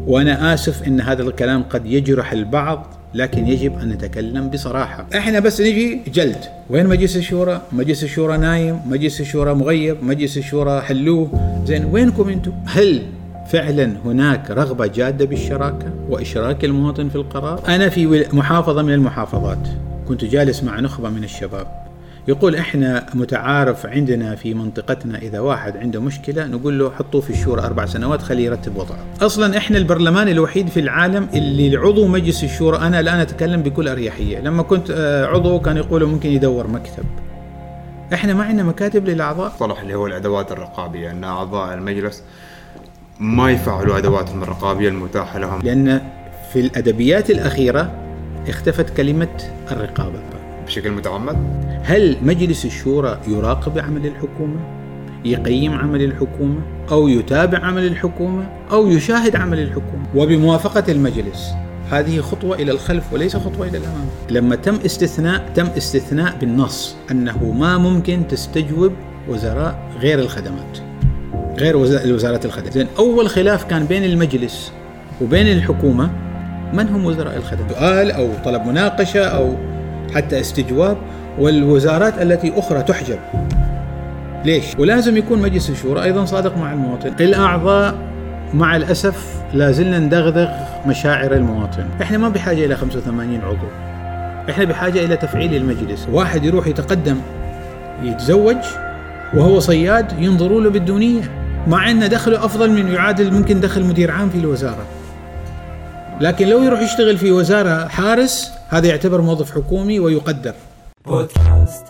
وأنا آسف إن هذا الكلام قد يجرح البعض، لكن يجب أن نتكلم بصراحة. إحنا بس نجي جلد. وين مجلس الشورى؟ مجلس الشورى نايم، مجلس الشورى مغيب، مجلس الشورى حلوه. زين، وينكم أنتم؟ هل فعلا هناك رغبة جادة بالشراكة وإشراك المواطن في القرار؟ أنا في محافظة من المحافظات كنت جالس مع نخبة من الشباب، يقول إحنا متعارف عندنا في منطقتنا إذا واحد عنده مشكلة نقول له حطوه في الشورى 4 سنوات خليه يرتب وضعه. أصلا إحنا البرلمان الوحيد في العالم اللي عضو مجلس الشورى، أنا الآن أتكلم بكل أريحية، لما كنت عضو كان يقولوا ممكن يدور مكتب. إحنا ما عندنا مكاتب للأعضاء. صلح اللي هو الأدوات الرقابية، أن أعضاء المجلس ما يفعلوا أدواتهم الرقابية المتاحة لهم، لأن في الأدبيات الأخيرة اختفت كلمة الرقابة بشكل متعمد. هل مجلس الشورى يراقب عمل الحكومة، يقيم عمل الحكومة، أو يتابع عمل الحكومة، أو يشاهد عمل الحكومة وبموافقة المجلس؟ هذه خطوة إلى الخلف وليس خطوة إلى الأمام. لما تم استثناء بالنص أنه ما ممكن تستجوب وزراء غير الخدمات، غير وزارة الخدمات. زين، أول خلاف كان بين المجلس وبين الحكومة، من هم وزراء الخدمات؟ سؤال أو طلب مناقشة أو حتى استجواب، والوزارات التي أخرى تحجب. ليش؟ ولازم يكون مجلس الشورى أيضا صادق مع المواطن. الأعضاء مع الأسف لازلنا ندغدغ مشاعر المواطن. إحنا ما بحاجة إلى 85 عضو، إحنا بحاجة إلى تفعيل المجلس. واحد يروح يتقدم يتزوج وهو صياد ينظروا له بالدونية، مع أن دخله أفضل من يعادل ممكن دخل مدير عام في الوزارة. لكن لو يروح يشتغل في وزارة حارس، هذا يعتبر موظف حكومي ويقدر. بودكاست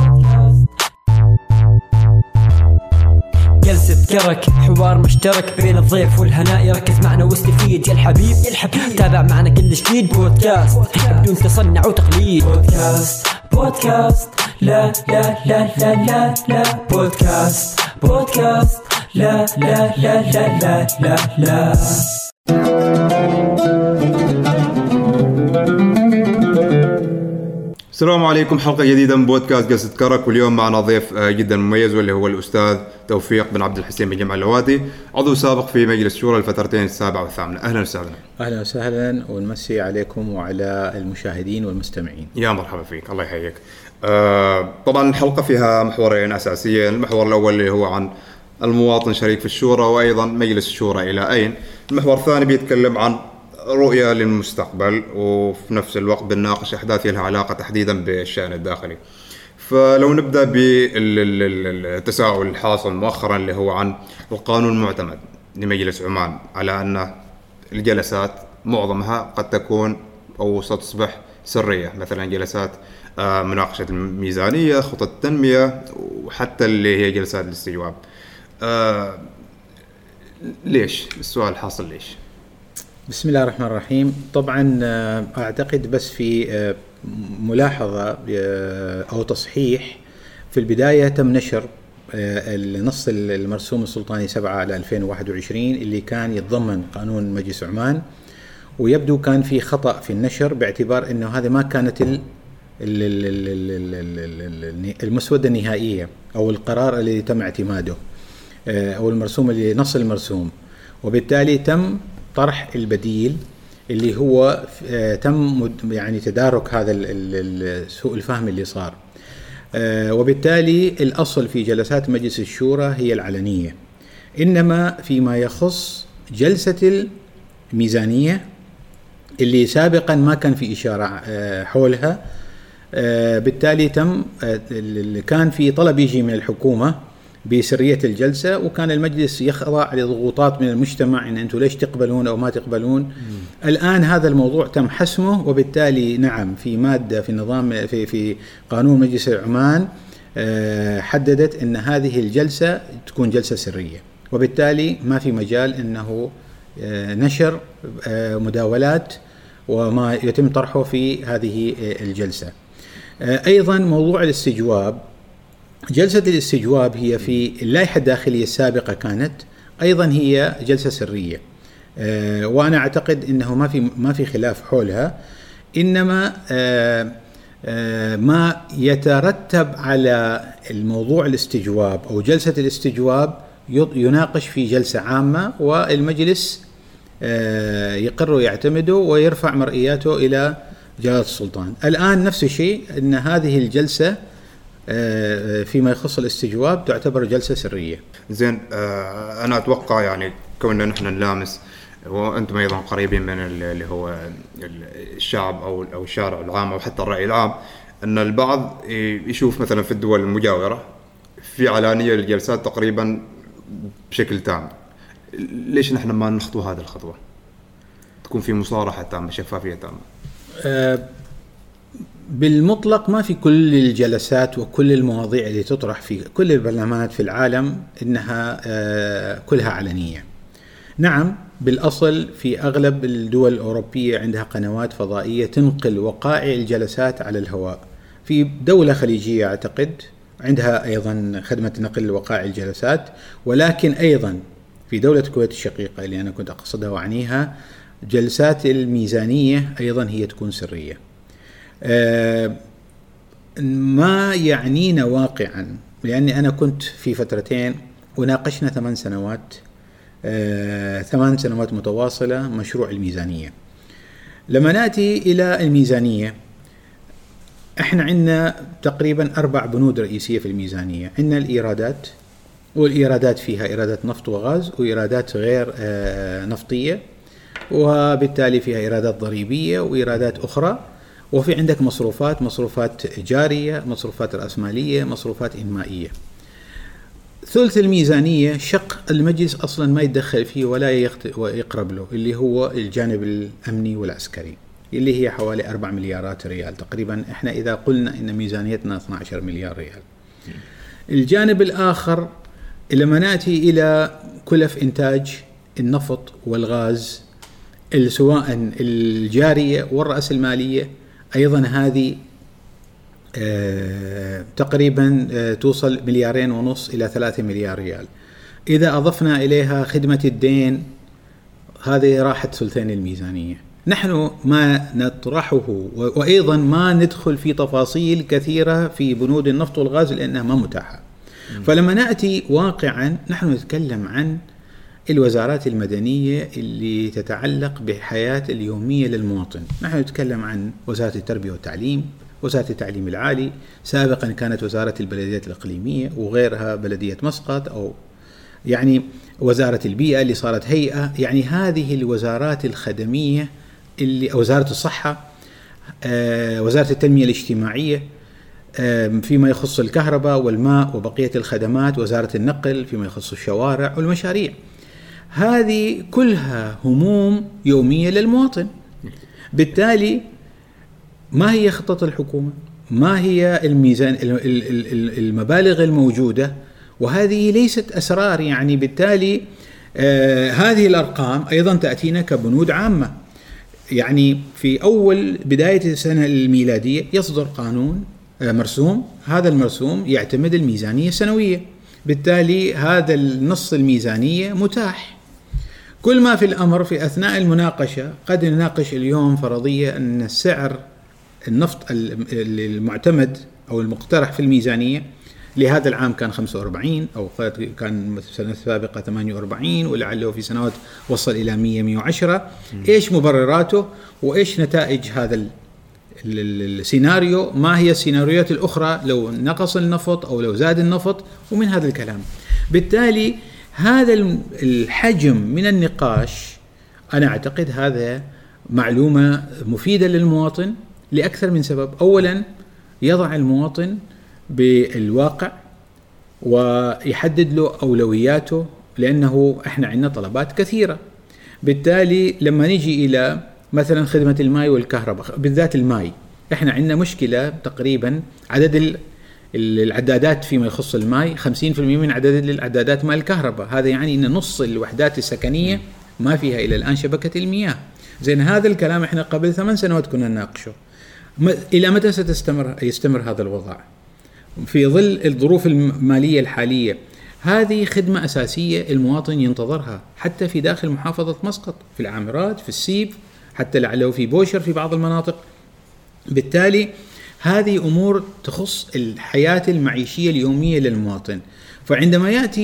جلسة كرك، حوار مشترك بين الضيف والهناء، يركز معنا واستفيد يا الحبيب تابع معنا كل جديد. بودكاست بدون تصنع وتقليد. بودكاست لا لا لا لا لا لا. بودكاست لا لا لا لا لا لا لا. السلام عليكم، حلقة جديدة من بودكاست قصة كرك، واليوم معنا ضيف جدا مميز واللي هو الأستاذ توفيق بن عبد الحسين بن جمع اللواتي، عضو سابق في مجلس الشورى الفترتين السابعة والثامنة. أهلا وسهلا. أهلا وسهلا، ونمسي عليكم وعلى المشاهدين والمستمعين. يا مرحبا فيك، الله يحييك. طبعا الحلقة فيها محورين أساسيين. المحور الأول اللي هو عن المواطن شريك في الشورى، وأيضا مجلس الشورى إلى أين. المحور الثاني بيتكلم عن رؤية للمستقبل، وفي نفس الوقت بنناقش أحداث لها علاقة تحديدا بالشأن الداخلي. فلو نبدأ بالتساؤل الحاصل مؤخرا اللي هو عن القانون المعتمد لمجلس عمان، على أن الجلسات معظمها قد تكون أو ستصبح سرية، مثلا جلسات مناقشة الميزانية، خطط التنمية، وحتى اللي هي جلسات الاستجواب. ليش؟ السؤال الحاصل ليش؟ بسم الله الرحمن الرحيم. طبعا أعتقد بس في ملاحظة أو تصحيح، في البداية تم نشر النص المرسوم السلطاني 7/2021 اللي كان يتضمن قانون مجلس عمان، ويبدو كان في خطأ في النشر باعتبار أنه هذا ما كانت المسودة النهائية أو القرار اللي تم اعتماده أو المرسوم اللي نص المرسوم، وبالتالي تم طرح البديل اللي هو تم يعني تدارك هذا سوء الفهم اللي صار. وبالتالي الأصل في جلسات مجلس الشورى هي العلنية، إنما فيما يخص جلسة الميزانية اللي سابقا ما كان في إشارة حولها، بالتالي كان في طلب يجي من الحكومة بسرية الجلسة، وكان المجلس يخضع لضغوطات من المجتمع إن أنتم ليش تقبلون أو ما تقبلون. الآن هذا الموضوع تم حسمه، وبالتالي نعم في مادة في النظام في قانون مجلس عمان حددت أن هذه الجلسة تكون جلسة سرية، وبالتالي ما في مجال أنه نشر مداولات وما يتم طرحه في هذه الجلسة. أيضا موضوع الاستجواب، جلسة الاستجواب هي في اللائحة الداخلية السابقة كانت أيضا هي جلسة سرية، وأنا أعتقد أنه ما في خلاف حولها، إنما ما يترتب على الموضوع الاستجواب أو جلسة الاستجواب يناقش في جلسة عامة، والمجلس يقر ويعتمد ويرفع مرئياته إلى جلالة السلطان. الآن نفس الشيء، أن هذه الجلسة فيما يخص الاستجواب تعتبر جلسة سرية. زين، أنا أتوقع يعني كوننا نحن نلامس وأنتم أيضا قريبين من اللي هو الشعب أو الشارع العام أو حتى الرأي العام، أن البعض يشوف مثلا في الدول المجاورة في علانية للجلسات تقريبا بشكل تام. ليش نحن ما نخطو هذه الخطوة؟ تكون في مصارحة تامة، شفافية تامة. بالمطلق ما في كل الجلسات وكل المواضيع اللي تطرح في كل البرلمانات في العالم إنها كلها علنية. نعم، بالأصل في أغلب الدول الأوروبية عندها قنوات فضائية تنقل وقائع الجلسات على الهواء. في دولة خليجية أعتقد عندها أيضا خدمة نقل وقائع الجلسات، ولكن أيضا في دولة الكويت الشقيقة اللي أنا كنت أقصدها وعنيها، جلسات الميزانية أيضا هي تكون سرية. ما يعنينا واقعا، لأني أنا كنت في فترتين وناقشنا 8 سنوات متواصلة مشروع الميزانية. لما نأتي إلى الميزانية، احنا عندنا تقريبا 4 بنود رئيسية في الميزانية. عندنا الإيرادات، والإيرادات فيها إيرادات نفط وغاز وإيرادات غير نفطية، وبالتالي فيها إيرادات ضريبية وإيرادات أخرى. وفي عندك مصروفات جارية، مصروفات رأسمالية، مصروفات إنمائية. ثلث الميزانية شق المجلس أصلا ما يتدخل فيه ولا يقرب له، اللي هو الجانب الأمني والعسكري، اللي هي حوالي 4 مليارات ريال تقريبا. احنا إذا قلنا إن ميزانيتنا 12 مليار ريال. الجانب الآخر لما نأتي إلى كلف إنتاج النفط والغاز، سواء الجارية والرأس المالية، أيضا هذه تقريبا توصل 2.5 إلى 3 مليار ريال. إذا أضفنا إليها خدمة الدين، هذه راحت ثلثين الميزانية. نحن ما نطرحه وأيضا ما ندخل في تفاصيل كثيرة في بنود النفط والغاز لأنها ما متاحة. فلما نأتي واقعا نحن نتكلم عن الوزارات المدنية اللي تتعلق بحياة اليومية للمواطن. نحن نتكلم عن وزارة التربية والتعليم، وزارة التعليم العالي، سابقا كانت وزارة البلديات الإقليمية وغيرها بلدية مسقط، أو يعني وزارة البيئة اللي صارت هيئة. يعني هذه الوزارات الخدمية اللي وزارة الصحة، وزارة التنمية الاجتماعية فيما يخص الكهرباء والماء وبقية الخدمات، وزارة النقل فيما يخص الشوارع والمشاريع. هذه كلها هموم يومية للمواطن. بالتالي ما هي خطة الحكومة؟ ما هي الميزان المبالغ الموجودة؟ وهذه ليست أسرار. يعني بالتالي هذه الأرقام أيضا تأتينا كبنود عامة. يعني في أول بداية السنة الميلادية يصدر قانون مرسوم، هذا المرسوم يعتمد الميزانية السنوية. بالتالي هذا النص الميزانية متاح. كل ما في الأمر في أثناء المناقشة قد نناقش اليوم فرضية أن السعر النفط المعتمد أو المقترح في الميزانية لهذا العام كان 45، أو كان السنة السابقة 48، ولعله في سنوات وصل إلى 100-110. إيش مبرراته وإيش نتائج هذا السيناريو؟ ما هي السيناريوهات الأخرى لو نقص النفط أو لو زاد النفط؟ ومن هذا الكلام. بالتالي هذا الحجم من النقاش أنا أعتقد هذا معلومة مفيدة للمواطن لأكثر من سبب. أولا، يضع المواطن بالواقع ويحدد له أولوياته، لأنه إحنا عندنا طلبات كثيرة. بالتالي لما نيجي إلى مثلا خدمة الماء والكهرباء، بالذات الماء، إحنا عندنا مشكلة تقريبا عدد العدادات فيما يخص الماء 50% من عدد العدادات ماء الكهرباء. هذا يعني أن نص الوحدات السكنية ما فيها إلى الآن شبكة المياه. زين، هذا الكلام إحنا قبل 8 سنوات كنا نناقشه. إلى متى يستمر هذا الوضع في ظل الظروف المالية الحالية؟ هذه خدمة أساسية المواطن ينتظرها، حتى في داخل محافظة مسقط، في العامرات، في السيب، حتى لعله في بوشر في بعض المناطق. بالتالي هذه أمور تخص الحياة المعيشية اليومية للمواطن. فعندما يأتي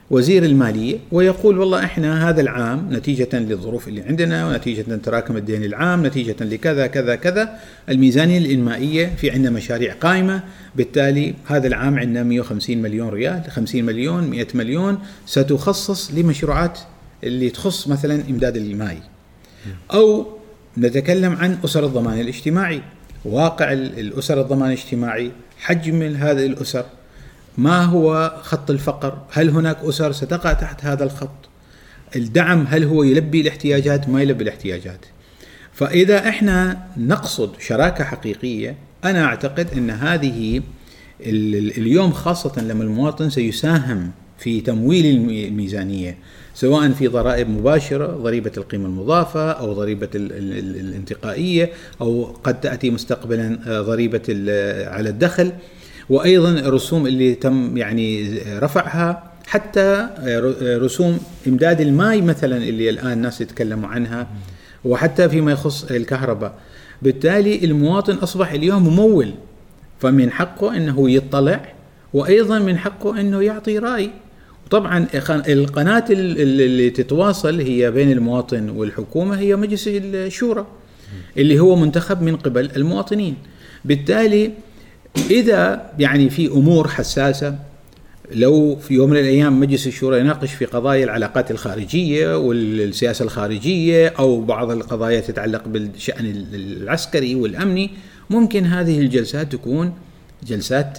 وزير المالية ويقول والله إحنا هذا العام نتيجة للظروف اللي عندنا ونتيجة تراكم الدين العام نتيجة لكذا كذا كذا الميزانية الإنمائية في عندنا مشاريع قائمة، بالتالي هذا العام عندنا 150 مليون ريال، 50 مليون 100 مليون ستخصص لمشروعات اللي تخص مثلا إمداد الماء. أو نتكلم عن أسر الضمان الاجتماعي، واقع الأسر الضمان الاجتماعي، حجم هذه الأسر، ما هو خط الفقر، هل هناك أسر ستقع تحت هذا الخط، الدعم هل هو يلبي الاحتياجات ما يلبي الاحتياجات. فإذا احنا نقصد شراكة حقيقية، أنا أعتقد أن هذه اليوم خاصة لما المواطن سيساهم في تمويل الميزانية سواء في ضرائب مباشرة، ضريبة القيمة المضافة أو ضريبة الانتقائية، أو قد تأتي مستقبلا ضريبة على الدخل، وأيضا الرسوم اللي تم يعني رفعها، حتى رسوم إمداد الماء مثلا اللي الآن الناس يتكلموا عنها، وحتى فيما يخص الكهرباء. بالتالي المواطن أصبح اليوم ممول، فمن حقه أنه يطلع وأيضا من حقه أنه يعطي رأي. طبعا القناة اللي تتواصل هي بين المواطن والحكومة هي مجلس الشورى اللي هو منتخب من قبل المواطنين. بالتالي إذا يعني في أمور حساسة، لو في يوم من الأيام مجلس الشورى يناقش في قضايا العلاقات الخارجية والسياسة الخارجية أو بعض القضايا تتعلق بالشأن العسكري والأمني، ممكن هذه الجلسات تكون جلسات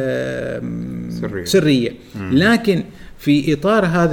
سرية. لكن في إطار هذا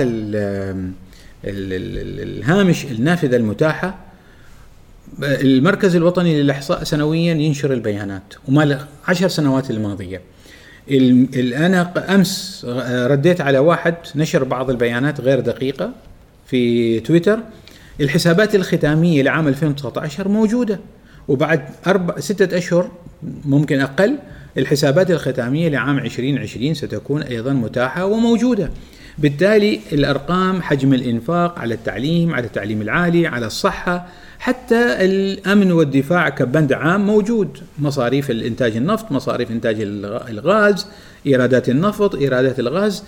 الهامش النافذة المتاحة، المركز الوطني للإحصاء سنويا ينشر البيانات، وما 10 سنوات الماضية. أنا أمس رديت على واحد نشر بعض البيانات غير دقيقة في تويتر، الحسابات الختامية لعام 2019 موجودة، وبعد 6 أشهر ممكن أقل الحسابات الختامية لعام 2020 ستكون أيضا متاحة وموجودة. بالتالي الأرقام، حجم الإنفاق على التعليم، على التعليم العالي، على الصحة، حتى الأمن والدفاع كبند عام موجود، مصاريف الإنتاج النفط، مصاريف إنتاج الغاز، إيرادات النفط، إيرادات الغاز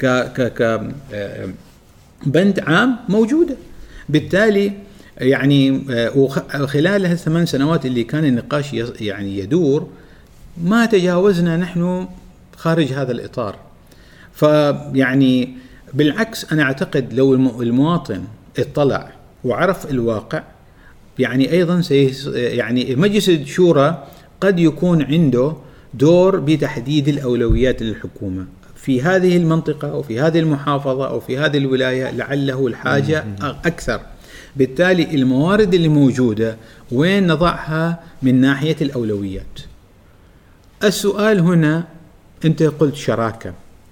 كبند عام موجودة. بالتالي يعني خلال هذه 8 سنوات اللي كان النقاش يعني يدور، ما تجاوزنا نحن خارج هذا الإطار. فيعني بالعكس أنا أعتقد لو المواطن اطلع وعرف الواقع، يعني أيضا يعني مجلس الشورى قد يكون عنده دور بتحديد الأولويات للحكومة في هذه المنطقة أو في هذه المحافظة أو في هذه الولاية، لعله الحاجة أكثر. بالتالي الموارد اللي موجودة وين نضعها من ناحية الأولويات؟ السؤال هنا، أنت قلت شراكة،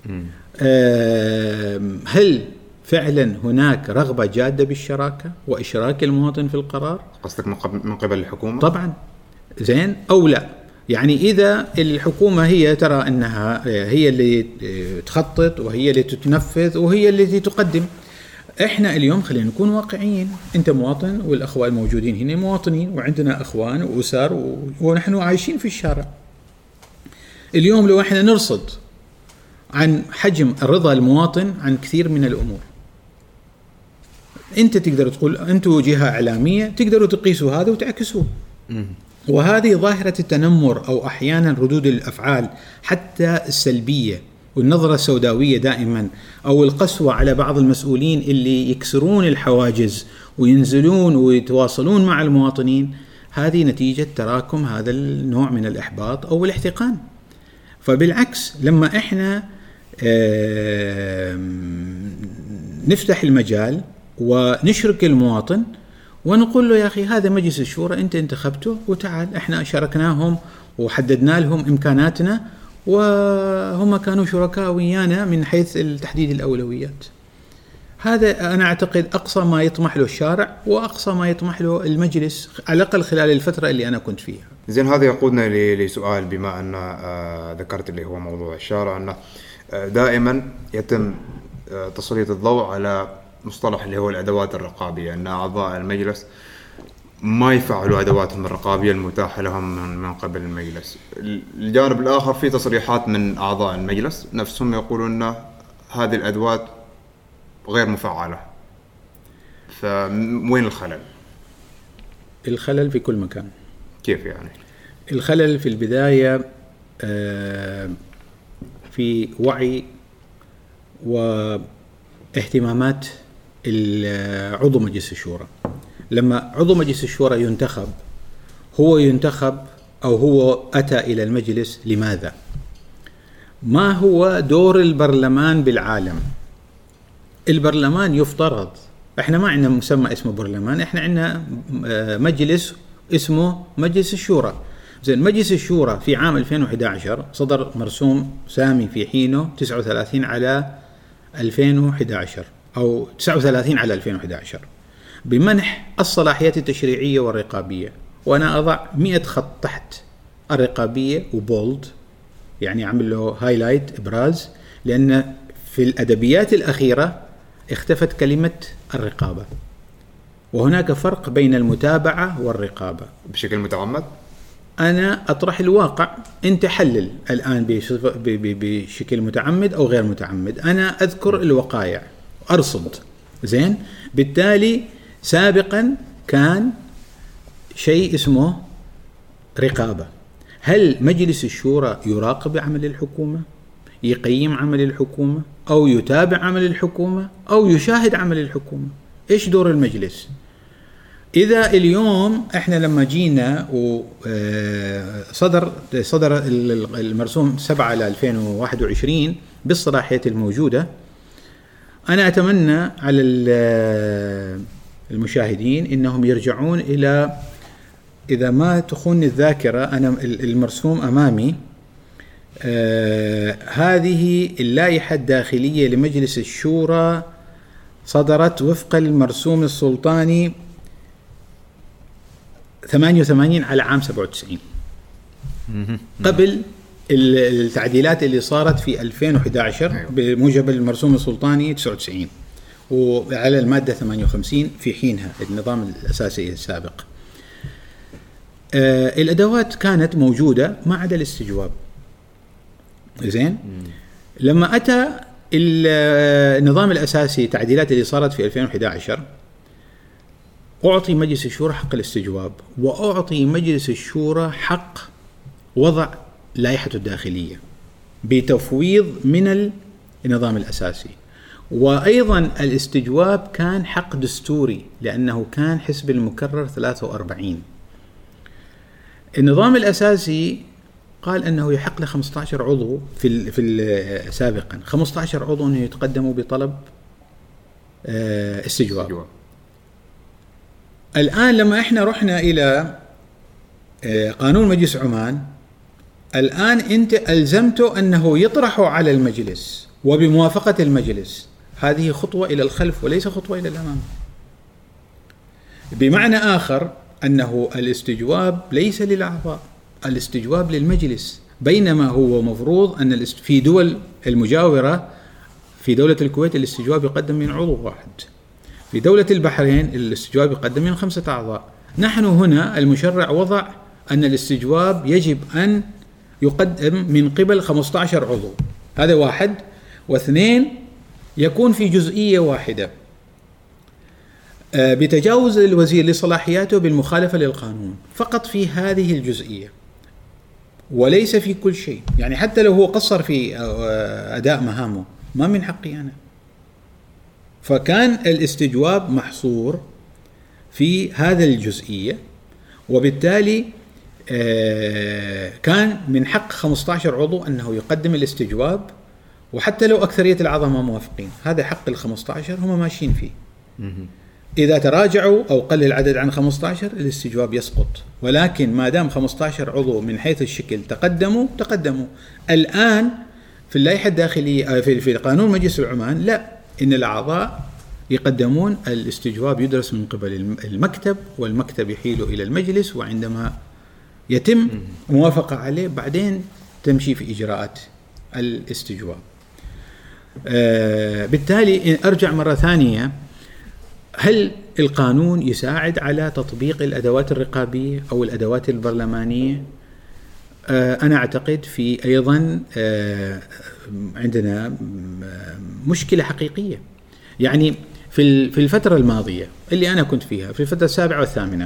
هل فعلا هناك رغبة جادة بالشراكة وإشراك المواطن في القرار؟ قصدك من قبل الحكومة؟ طبعا، زين أو لا. يعني إذا الحكومة هي ترى أنها هي اللي تخطط وهي اللي تتنفذ وهي اللي تقدم، إحنا اليوم خلينا نكون واقعيين. أنت مواطن والأخوة الموجودين هنا مواطنين، وعندنا أخوان وأسر ونحن عايشين في الشارع. اليوم لو إحنا نرصد عن حجم رضا المواطن عن كثير من الأمور، أنت تقدر تقول أنتوا جهة إعلامية تقدروا تقيسوا هذا وتعكسوه. وهذه ظاهرة التنمر أو أحيانا ردود الأفعال حتى السلبية والنظرة السوداوية دائما، أو القسوة على بعض المسؤولين اللي يكسرون الحواجز وينزلون ويتواصلون مع المواطنين، هذه نتيجة تراكم هذا النوع من الإحباط أو الاحتقان. فبالعكس لما إحنا نفتح المجال ونشرك المواطن ونقول له يا أخي هذا مجلس الشورى أنت انتخبته وتعال، إحنا شاركناهم وحددنا لهم إمكاناتنا وهم كانوا شركاء ويانا من حيث تحديد الأولويات. هذا أنا أعتقد أقصى ما يطمح له الشارع وأقصى ما يطمح له المجلس، على الأقل خلال الفترة اللي أنا كنت فيها. زين، هذا يقودنا لسؤال، بما أن ذكرت اللي هو موضوع الشارع، أنه دائما يتم تسليط الضوء على مصطلح اللي هو الأدوات الرقابية، أن أعضاء المجلس ما يفعلوا أدواتهم الرقابية المتاحة لهم من قبل المجلس. الجانب الآخر في تصريحات من أعضاء المجلس نفسهم يقولون أن هذه الأدوات غير مفعلة، فوين الخلل؟ الخلل في كل مكان. كيف يعني؟ الخلل في البداية في وعي واهتمامات عضو مجلس الشورى. لما عضو مجلس الشورى ينتخب، هو ينتخب أو هو أتى إلى المجلس لماذا؟ ما هو دور البرلمان بالعالم؟ البرلمان يفترض، احنا ما عندنا مسمى اسمه برلمان، احنا عندنا مجلس اسمه مجلس الشورى. زين، مجلس الشورى في عام 2011 صدر مرسوم سامي في حينه 39 على 2011 أو 39 على 2011 بمنح الصلاحيات التشريعية والرقابية. وأنا أضع 100 خط تحت الرقابية وبولد، يعني عمل له هايلايت إبراز، لأن في الأدبيات الأخيرة اختفت كلمة الرقابة، وهناك فرق بين المتابعة والرقابة. بشكل متعمد؟ أنا أطرح الواقع، أنت حلل الآن بشكل متعمد أو غير متعمد. أنا أذكر الوقائع، أرصد. زين، بالتالي سابقا كان شيء اسمه رقابة. هل مجلس الشورى يراقب عمل الحكومة، يقيم عمل الحكومة، أو يتابع عمل الحكومة، أو يشاهد عمل الحكومة؟ إيش دور المجلس؟ إذا اليوم إحنا لما جينا وصدر المرسوم 7 ل 2021 بالصلاحيات الموجودة، أنا أتمنى على المشاهدين إنهم يرجعون إلى، إذا ما تخون الذاكرة، أنا المرسوم أمامي، هذه اللائحة الداخلية لمجلس الشورى صدرت وفق المرسوم السلطاني 88 على عام 97 قبل التعديلات اللي صارت في 2011 بموجب المرسوم السلطاني 99 وعلى المادة 58 في حينها النظام الأساسي السابق. الأدوات كانت موجودة ما عدا الاستجواب. زين، لما أتى النظام الأساسي تعديلات اللي صارت في 2011 أعطي مجلس الشورى حق الاستجواب، وأعطي مجلس الشورى حق وضع لائحته الداخلية بتفويض من النظام الأساسي. وأيضا الاستجواب كان حق دستوري لأنه كان حسب المكرر 43. النظام الأساسي قال أنه يحق له 15 عضو في سابقا 15 عضو أنه يتقدموا بطلب استجواب. الآن لما إحنا رحنا إلى قانون مجلس عمان، الآن أنت ألزمته أنه يطرحه على المجلس وبموافقة المجلس. هذه خطوة إلى الخلف وليس خطوة إلى الأمام. بمعنى آخر أنه الاستجواب ليس للأعضاء، الاستجواب للمجلس، بينما هو مفروض أن في دول المجاورة، في دولة الكويت الاستجواب يقدم من عضو واحد، في دولة البحرين الاستجواب يقدم من 5 أعضاء. نحن هنا المشرع وضع أن الاستجواب يجب أن يقدم من قبل 15 عضو، هذا واحد. واثنين، يكون في جزئية واحدة بتجاوز الوزير لصلاحياته بالمخالفة للقانون، فقط في هذه الجزئية وليس في كل شيء. يعني حتى لو هو قصر في أداء مهامه ما من حقي أنا. فكان الاستجواب محصور في هذا الجزئية، وبالتالي كان من حق 15 عضو أنه يقدم الاستجواب، وحتى لو أكثرية الأعضاء ما موافقين، هذا حق ال15 هم ماشيين فيه. إذا تراجعوا أو قل العدد عن 15 الاستجواب يسقط، ولكن ما دام 15 عضو من حيث الشكل تقدموا. الآن في اللائحة الداخلية في قانون مجلس العمان لا، إن الأعضاء يقدمون، الاستجواب يدرس من قبل المكتب، والمكتب يحيله إلى المجلس، وعندما يتم موافقة عليه بعدين تمشي في إجراءات الاستجواب. بالتالي أرجع مرة ثانية، هل القانون يساعد على تطبيق الأدوات الرقابية أو الأدوات البرلمانية؟ أنا أعتقد في أيضا عندنا مشكلة حقيقية، يعني في الفترة الماضية اللي أنا كنت فيها، في الفترة 7 و8،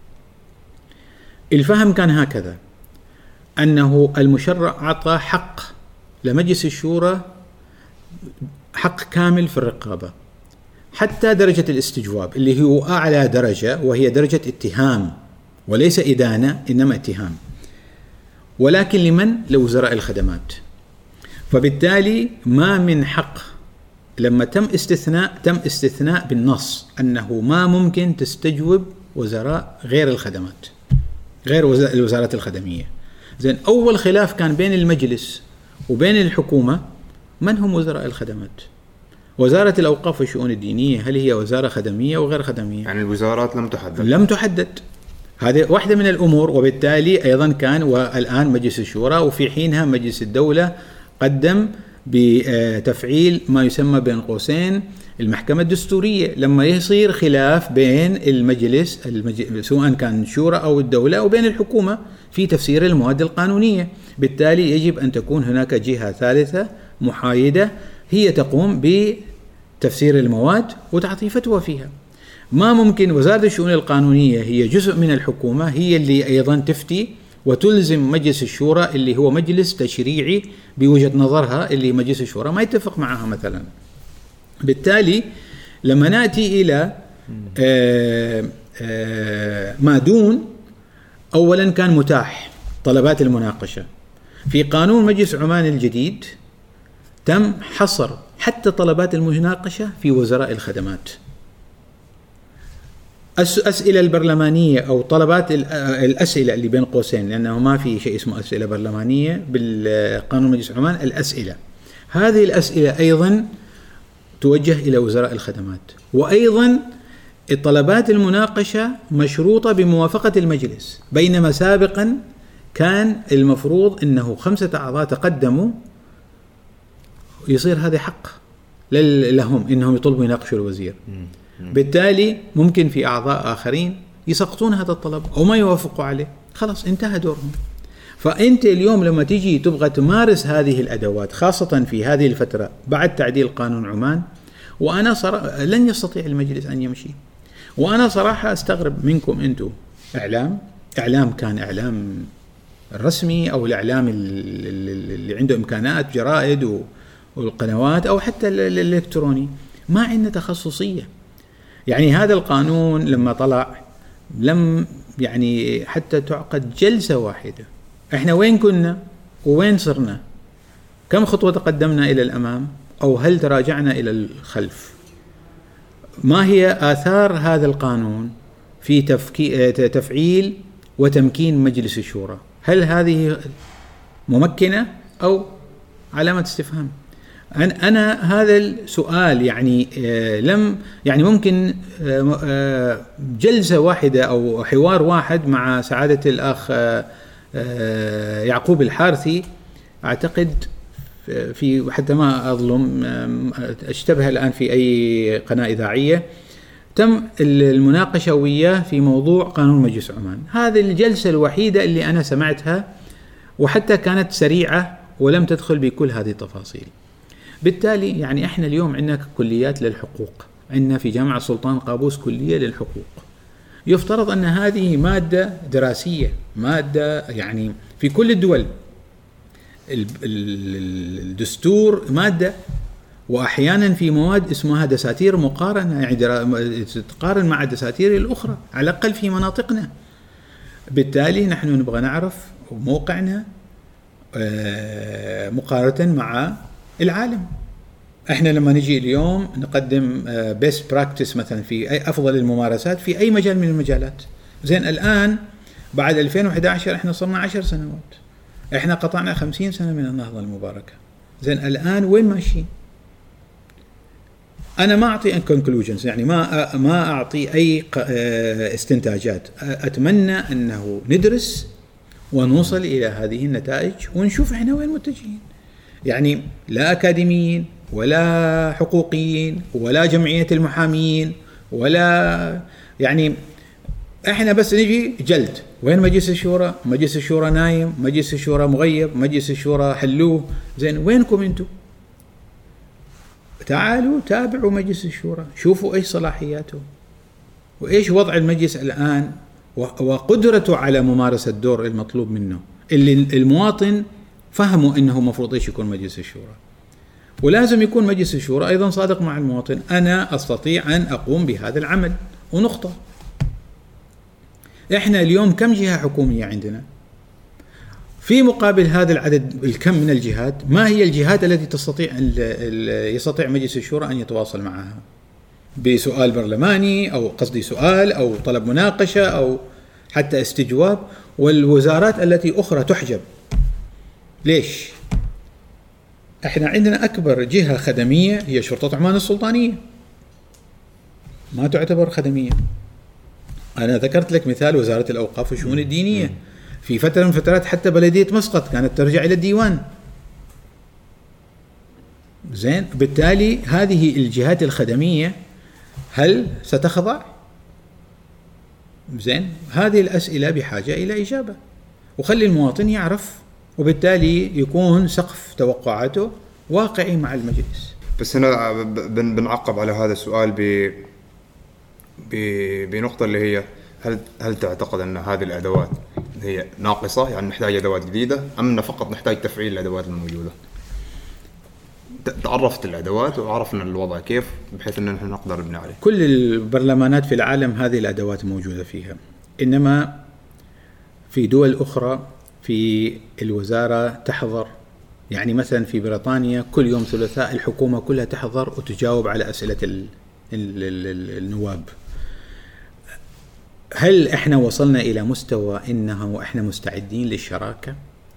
الفهم كان هكذا، أنه المشرع أعطى حق لمجلس الشورى، حق كامل في الرقابة حتى درجة الاستجواب اللي هو أعلى درجة، وهي درجة اتهام وليس إدانة إنما اتهام، ولكن لمن؟ لوزراء الخدمات. فبالتالي ما من حق، لما تم استثناء بالنص أنه ما ممكن تستجوب وزراء غير الخدمات، غير الوزارات الخدمية. زين، أول خلاف كان بين المجلس وبين الحكومة، من هم وزراء الخدمات؟ وزارة الأوقاف والشؤون الدينية هل هي وزارة خدمية وغير خدمية؟ يعني الوزارات لم تحدد. هذه واحدة من الأمور. وبالتالي أيضا كان، والآن مجلس الشورى، وفي حينها مجلس الدولة قدم بتفعيل ما يسمى بين قوسين المحكمة الدستورية، لما يصير خلاف بين المجلس سواء كان شورى أو الدولة وبين الحكومة في تفسير المواد القانونية. بالتالي يجب أن تكون هناك جهة ثالثة محايدة هي تقوم بتفسير المواد وتعطي فتوى فيها. ما ممكن وزارة الشؤون القانونية هي جزء من الحكومة هي اللي أيضا تفتي وتلزم مجلس الشورى اللي هو مجلس تشريعي بوجهة نظرها، اللي مجلس الشورى ما يتفق معها مثلا. بالتالي لما نأتي إلى ما دون، أولا كان متاح طلبات المناقشة في قانون مجلس عمان الجديد، تم حصر حتى طلبات المناقشة في وزراء الخدمات. الأسئلة البرلمانية أو طلبات الأسئلة اللي بين قوسين، لأنه ما في شيء اسمه أسئلة برلمانية بالقانون مجلس عمان، الأسئلة هذه الأسئلة أيضا توجه إلى وزراء الخدمات. وأيضا الطلبات المناقشة مشروطة بموافقة المجلس، بينما سابقا كان المفروض أنه 5 أعضاء تقدموا يصير هذا حق لهم إنهم يطلبوا يناقشوا الوزير. بالتالي ممكن في أعضاء آخرين يسقطون هذا الطلب أو ما يوافقوا عليه، خلاص انتهى دورهم. فأنت اليوم لما تيجي تبغى تمارس هذه الأدوات، خاصة في هذه الفترة بعد تعديل قانون عمان، وأنا صراحة لن يستطيع المجلس أن يمشي. وأنا صراحة أستغرب منكم أنتم، إعلام كان إعلام رسمي أو الإعلام اللي عنده إمكانات، جرائد والقنوات أو حتى الإلكتروني، ما عندنا تخصصية. يعني هذا القانون لما طلع لم يعني حتى تعقد جلسة واحدة. احنا وين كنا وين صرنا؟ كم خطوة تقدمنا إلى الأمام أو هل تراجعنا إلى الخلف؟ ما هي آثار هذا القانون في تفعيل وتمكين مجلس الشورى؟ هل هذه ممكنة أو علامة استفهام؟ أنا هذا السؤال يعني يعني ممكن جلسة واحدة أو حوار واحد مع سعادة الأخ يعقوب الحارثي، أعتقد في حتى ما أظلم اشتبه الآن في أي قناة إذاعية، تم المناقشة وياه في موضوع قانون مجلس عمان. هذه الجلسة الوحيدة اللي أنا سمعتها، وحتى كانت سريعة ولم تدخل بكل هذه التفاصيل. بالتالي يعني احنا اليوم عندنا كليات للحقوق، عندنا في جامعة سلطان قابوس كلية للحقوق، يفترض أن هذه مادة دراسية، مادة يعني في كل الدول الدستور مادة، وأحيانا في مواد اسمها دساتير مقارنة، يعني تقارن مع الدساتير الأخرى على الأقل في مناطقنا. بالتالي نحن نبغى نعرف موقعنا مقارنة مع العالم. احنا لما نجي اليوم نقدم best practice مثلا في أي أفضل الممارسات في أي مجال من المجالات. زين، الآن بعد 2011 احنا صرنا 10 سنوات، احنا قطعنا 50 سنة من النهضة المباركة. زين، الآن وين ماشيين؟ أنا ما أعطي conclusions، يعني ما أعطي أي استنتاجات. أتمنى أنه ندرس ونوصل إلى هذه النتائج ونشوف إحنا وين متجهين. يعني لا أكاديميين ولا حقوقيين ولا جمعية المحامين ولا، يعني إحنا بس نجي جلد. وين مجلس الشورى؟ مجلس الشورى نايم، مجلس الشورى مغيب، مجلس الشورى حلوه. زين، وينكم أنتم؟ تعالوا تابعوا مجلس الشورى، شوفوا إيش صلاحياته وإيش وضع المجلس الآن وقدرته على ممارسة الدور المطلوب منه، اللي المواطن فهموا إنه مفروض إيش يكون مجلس الشورى. ولازم يكون مجلس الشورى أيضا صادق مع المواطن، أنا أستطيع أن أقوم بهذا العمل ونقطة. إحنا اليوم كم جهة حكومية عندنا؟ في مقابل هذا العدد الكم من الجهات، ما هي الجهات التي يستطيع مجلس الشورى أن يتواصل معها بسؤال برلماني أو قصدي سؤال أو طلب مناقشة أو حتى استجواب؟ والوزارات التي أخرى تحجب. ليش؟ احنا عندنا أكبر جهة خدمية هي شرطة عمان السلطانية، ما تعتبر خدمية. أنا ذكرت لك مثال وزارة الأوقاف والشؤون الدينية، في فترة من فترات حتى بلدية مسقط كانت ترجع إلى الديوان. زين، بالتالي هذه الجهات الخدمية هل ستخضع؟ زين، هذه الأسئلة بحاجة إلى إجابة، وخلي المواطن يعرف، وبالتالي يكون سقف توقعاته واقعي مع المجلس. بس هنا بنعقب على هذا السؤال بنقطة اللي هي هل تعتقد أن هذه الأدوات هي ناقصة، يعني نحتاج أدوات جديدة، أم فقط نحتاج تفعيل الأدوات الموجودة؟ تعرفت الأدوات وعرفنا الوضع كيف بحيث أن نحن نقدر نبني عليه. كل البرلمانات في العالم هذه الأدوات موجودة فيها، إنما في دول أخرى في الوزارة تحضر، يعني مثلا في بريطانيا كل يوم ثلاثاء الحكومة كلها تحضر وتجاوب على أسئلة النواب. هل احنا وصلنا إلى مستوى إنه احنا مستعدين للشراكة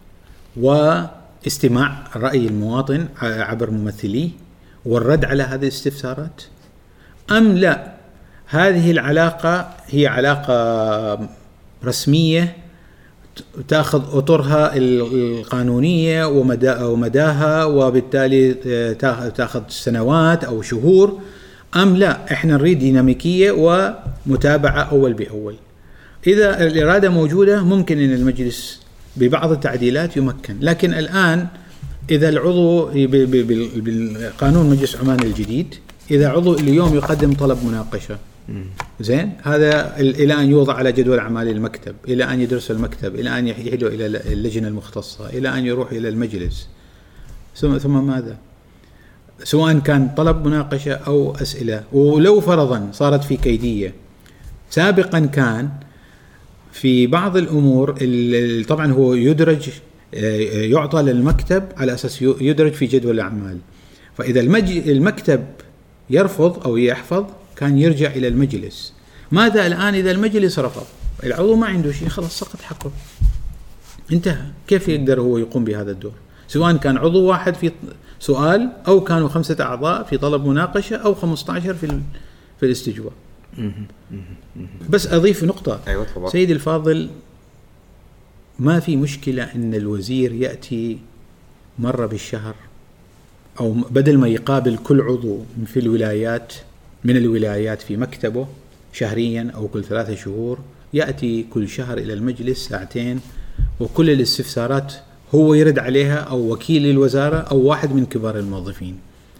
واستماع رأي المواطن عبر ممثليه والرد على هذه الاستفسارات، أم لا هذه العلاقة هي علاقة رسمية تأخذ أطرها القانونية ومداها، وبالتالي تأخذ سنوات أو شهور، أم لا إحنا نريد ديناميكية ومتابعة أول بأول؟ إذا الإرادة موجودة ممكن أن المجلس ببعض التعديلات يمكن، لكن الآن إذا العضو بالقانون مجلس عمان الجديد إذا عضو اليوم يقدم طلب مناقشة، زين، هذا إلى أن يوضع على جدول أعمال المكتب، إلى أن يدرس المكتب، إلى أن يحيله إلى اللجنة المختصة، إلى أن يروح إلى المجلس، ثم ماذا؟ سواء كان طلب مناقشة أو أسئلة. ولو فرضا صارت في كيدية، سابقا كان في بعض الأمور طبعا هو يدرج يعطى للمكتب على أساس يدرج في جدول الأعمال، فإذا المكتب يرفض أو يحفظ كان يرجع إلى المجلس. ماذا الآن إذا المجلس رفض؟ العضو ما عنده شيء، خلاص سقط حقه، انتهى. كيف يقدر هو يقوم بهذا الدور؟ سواء كان عضو واحد في سؤال أو كانوا 5 أعضاء في طلب مناقشة أو 15 في الاستجواب. بس أضيف نقطة، أيوة سيد الفاضل، ما في مشكلة أن الوزير يأتي مرة بالشهر، أو بدل ما يقابل كل عضو في الولايات من الولايات في مكتبه شهريا أو كل 3 شهور، يأتي كل شهر إلى المجلس 2 ساعة، وكل الاستفسارات هو يرد عليها أو وكيل الوزارة أو واحد من كبار الموظفين.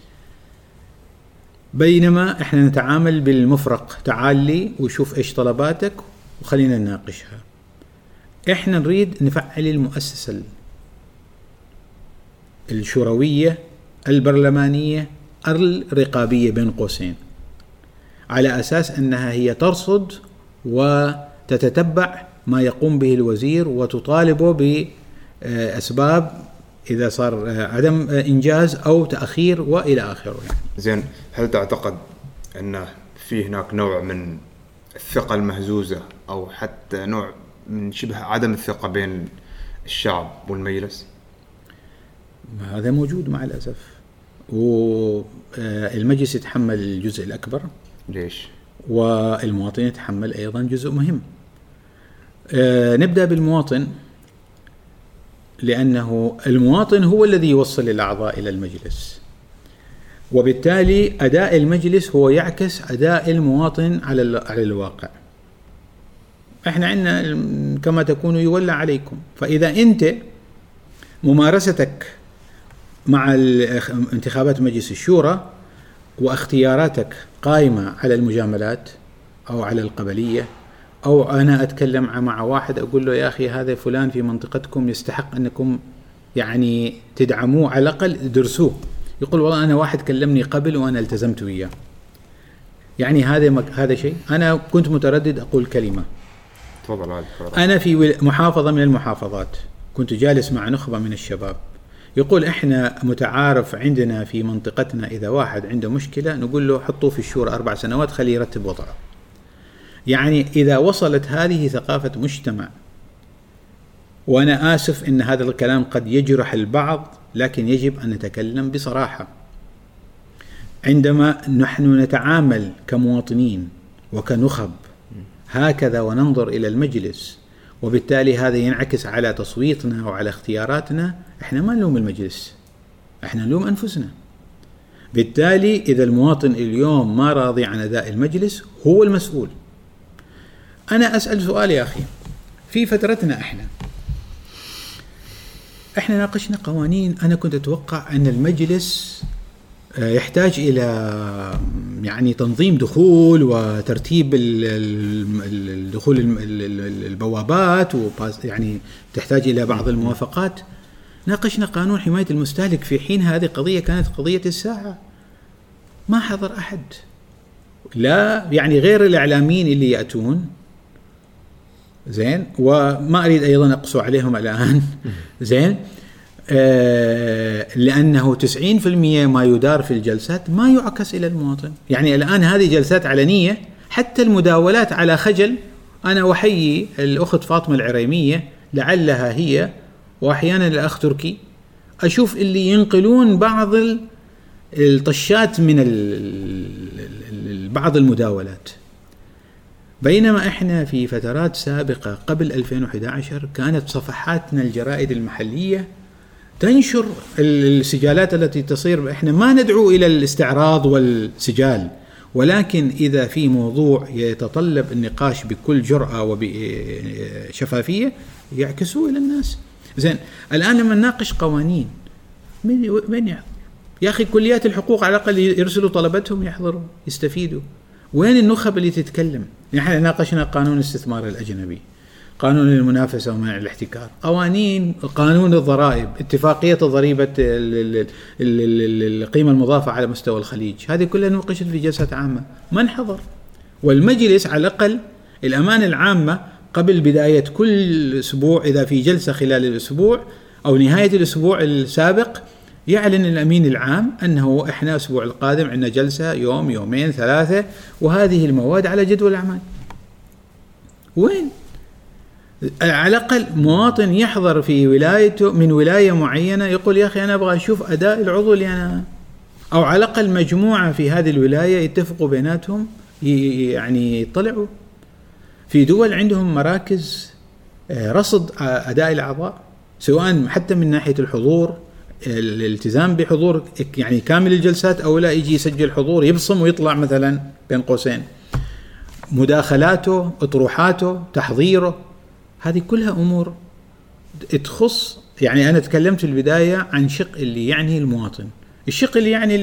بينما إحنا نتعامل بالمفرق، تعال لي وشوف إيش طلباتك وخلينا نناقشها. إحنا نريد نفعل المؤسسة الشوروية البرلمانية الرقابية بين قوسين، على أساس أنها هي ترصد وتتتبع ما يقوم به الوزير وتطالبه بأسباب إذا صار عدم إنجاز أو تأخير وإلى آخره. يعني زين، هل تعتقد أن في هناك نوع من الثقة المهزوزة أو حتى نوع من شبه عدم الثقة بين الشعب والمجلس؟ هذا موجود مع الأسف، والمجلس يتحمل الجزء الأكبر. ليش؟ والمواطن يتحمل أيضا جزء مهم. نبدأ بالمواطن، لأنه المواطن هو الذي يوصل الأعضاء إلى المجلس، وبالتالي أداء المجلس هو يعكس أداء المواطن على الواقع. إحنا عندنا كما تكونوا يولى عليكم، فإذا أنت ممارستك مع انتخابات مجلس الشورى واختياراتك قائمة على المجاملات أو على القبلية، أو أنا أتكلم مع واحد أقول له يا أخي هذا فلان في منطقتكم يستحق أنكم يعني تدعموه، على الأقل درسوه، يقول والله أنا واحد كلمني قبل وأنا التزمت وياه. يعني هذا شيء. أنا كنت متردد أقول كلمة. تفضل. أنا في محافظة من المحافظات كنت جالس مع نخبة من الشباب، يقول إحنا متعارف عندنا في منطقتنا إذا واحد عنده مشكلة نقول له حطوه في الشورى 4 سنوات خليه يرتب وضعه. يعني إذا وصلت هذه ثقافة مجتمع، وأنا آسف إن هذا الكلام قد يجرح البعض، لكن يجب أن نتكلم بصراحة. عندما نحن نتعامل كمواطنين وكنخب هكذا وننظر إلى المجلس، وبالتالي هذا ينعكس على تصويتنا وعلى اختياراتنا، احنا ما نلوم المجلس، احنا نلوم أنفسنا. بالتالي إذا المواطن اليوم ما راضي عن أداء المجلس هو المسؤول. أنا أسأل سؤال يا أخي، في فترتنا احنا ناقشنا قوانين، أنا كنت أتوقع أن المجلس يحتاج إلى يعني تنظيم دخول وترتيب الدخول البوابات، يعني تحتاج إلى بعض الموافقات. ناقشنا قانون حماية المستهلك في حين هذه قضية كانت قضية الساعة، ما حضر أحد، لا يعني غير الإعلاميين اللي يأتون زين، وما أريد أيضا أقسو عليهم الآن زين، لأنه 90% ما يدار في الجلسات ما يعكس إلى المواطن. يعني الآن هذه جلسات علنية، حتى المداولات على خجل. أنا وحيي الأخت فاطمة العريمية لعلها هي، وأحيانا الأخ تركي، أشوف اللي ينقلون بعض الطشات من بعض المداولات، بينما إحنا في فترات سابقة قبل 2011 كانت صفحاتنا الجرائد المحلية تنشر السجالات التي تصير. إحنا ما ندعو إلى الاستعراض والسجال، ولكن إذا في موضوع يتطلب النقاش بكل جرأة وبشفافية يعكسوه إلى الناس. زين، الآن لما نناقش قوانين من يحضر؟ يا أخي كليات الحقوق على الأقل يرسلوا طلبتهم يحضروا يستفيدوا. وين النخب اللي تتكلم؟ نحن ناقشنا قانون الاستثمار الأجنبي، قانون المنافسة ومنع الاحتكار، قوانين، قانون الضرائب، اتفاقية ضريبة القيمة المضافة على مستوى الخليج، هذه كلها نوقشت في جلسات عامة، ما انحضر. والمجلس على الأقل الأمانة العامة قبل بداية كل أسبوع، إذا في جلسة خلال الأسبوع أو نهاية الأسبوع السابق، يعلن الأمين العام أنه إحنا الأسبوع القادم عندنا جلسة يوم 2 3 وهذه المواد على جدول الأعمال. وين؟ على الأقل مواطن يحضر في ولايته من ولاية معينة يقول يا أخي أنا أبغى أشوف أداء العضو اللي أنا، أو على الأقل مجموعة في هذه الولاية يتفقوا بيناتهم يعني يطلعوا. في دول عندهم مراكز رصد أداء الأعضاء، سواء حتى من ناحية الحضور، الالتزام بحضور يعني كامل الجلسات، أو لا يجي يسجل حضور يبصم ويطلع مثلا بين قوسين، مداخلاته، اطروحاته، تحضيره، هذه كلها أمور تخص. يعني أنا تكلمت في البداية عن شق اللي يعني المواطن، الشق اللي يعني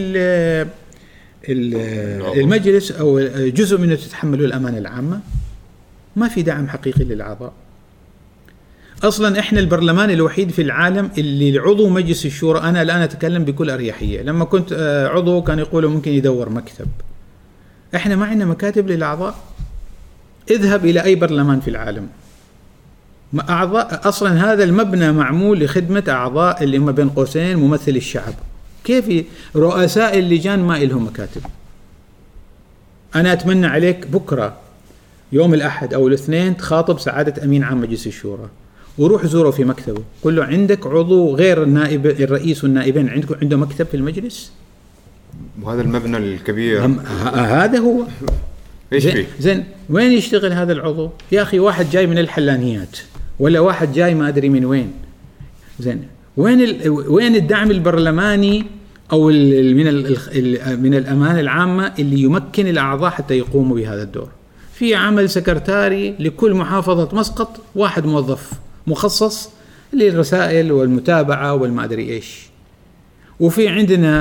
المجلس أو جزء منه تتحمله الأمانة العامة. ما في دعم حقيقي للأعضاء. أصلا إحنا البرلمان الوحيد في العالم اللي عضو مجلس الشورى، أنا الآن أتكلم بكل أريحية، لما كنت عضو كان يقولوا ممكن يدور مكتب. إحنا ما عندنا مكاتب للأعضاء. اذهب إلى أي برلمان في العالم، أعضاء أصلا هذا المبنى معمول لخدمة أعضاء اللي هم بين قوسين ممثل الشعب. كيف رؤساء اللجان ما إلهم مكاتب؟ أنا أتمنى عليك بكرة يوم الأحد أو الاثنين تخاطب سعادة أمين عام مجلس الشورى وروح زوره في مكتبه، قل له عندك عضو غير النائب الرئيس والنائبين عندكم عنده مكتب في المجلس؟ وهذا المبنى الكبير هذا هو ايش فيه؟ زين، وين يشتغل هذا العضو؟ يا أخي واحد جاي من الحلانيات ولا واحد جاي ما أدري من وين. زين، وين الدعم البرلماني أو من الأمانة العامة اللي يمكن الأعضاء حتى يقوموا بهذا الدور؟ في عمل سكرتاري لكل محافظة مسقط، واحد موظف مخصص للرسائل والمتابعة والما أدري إيش. وفي عندنا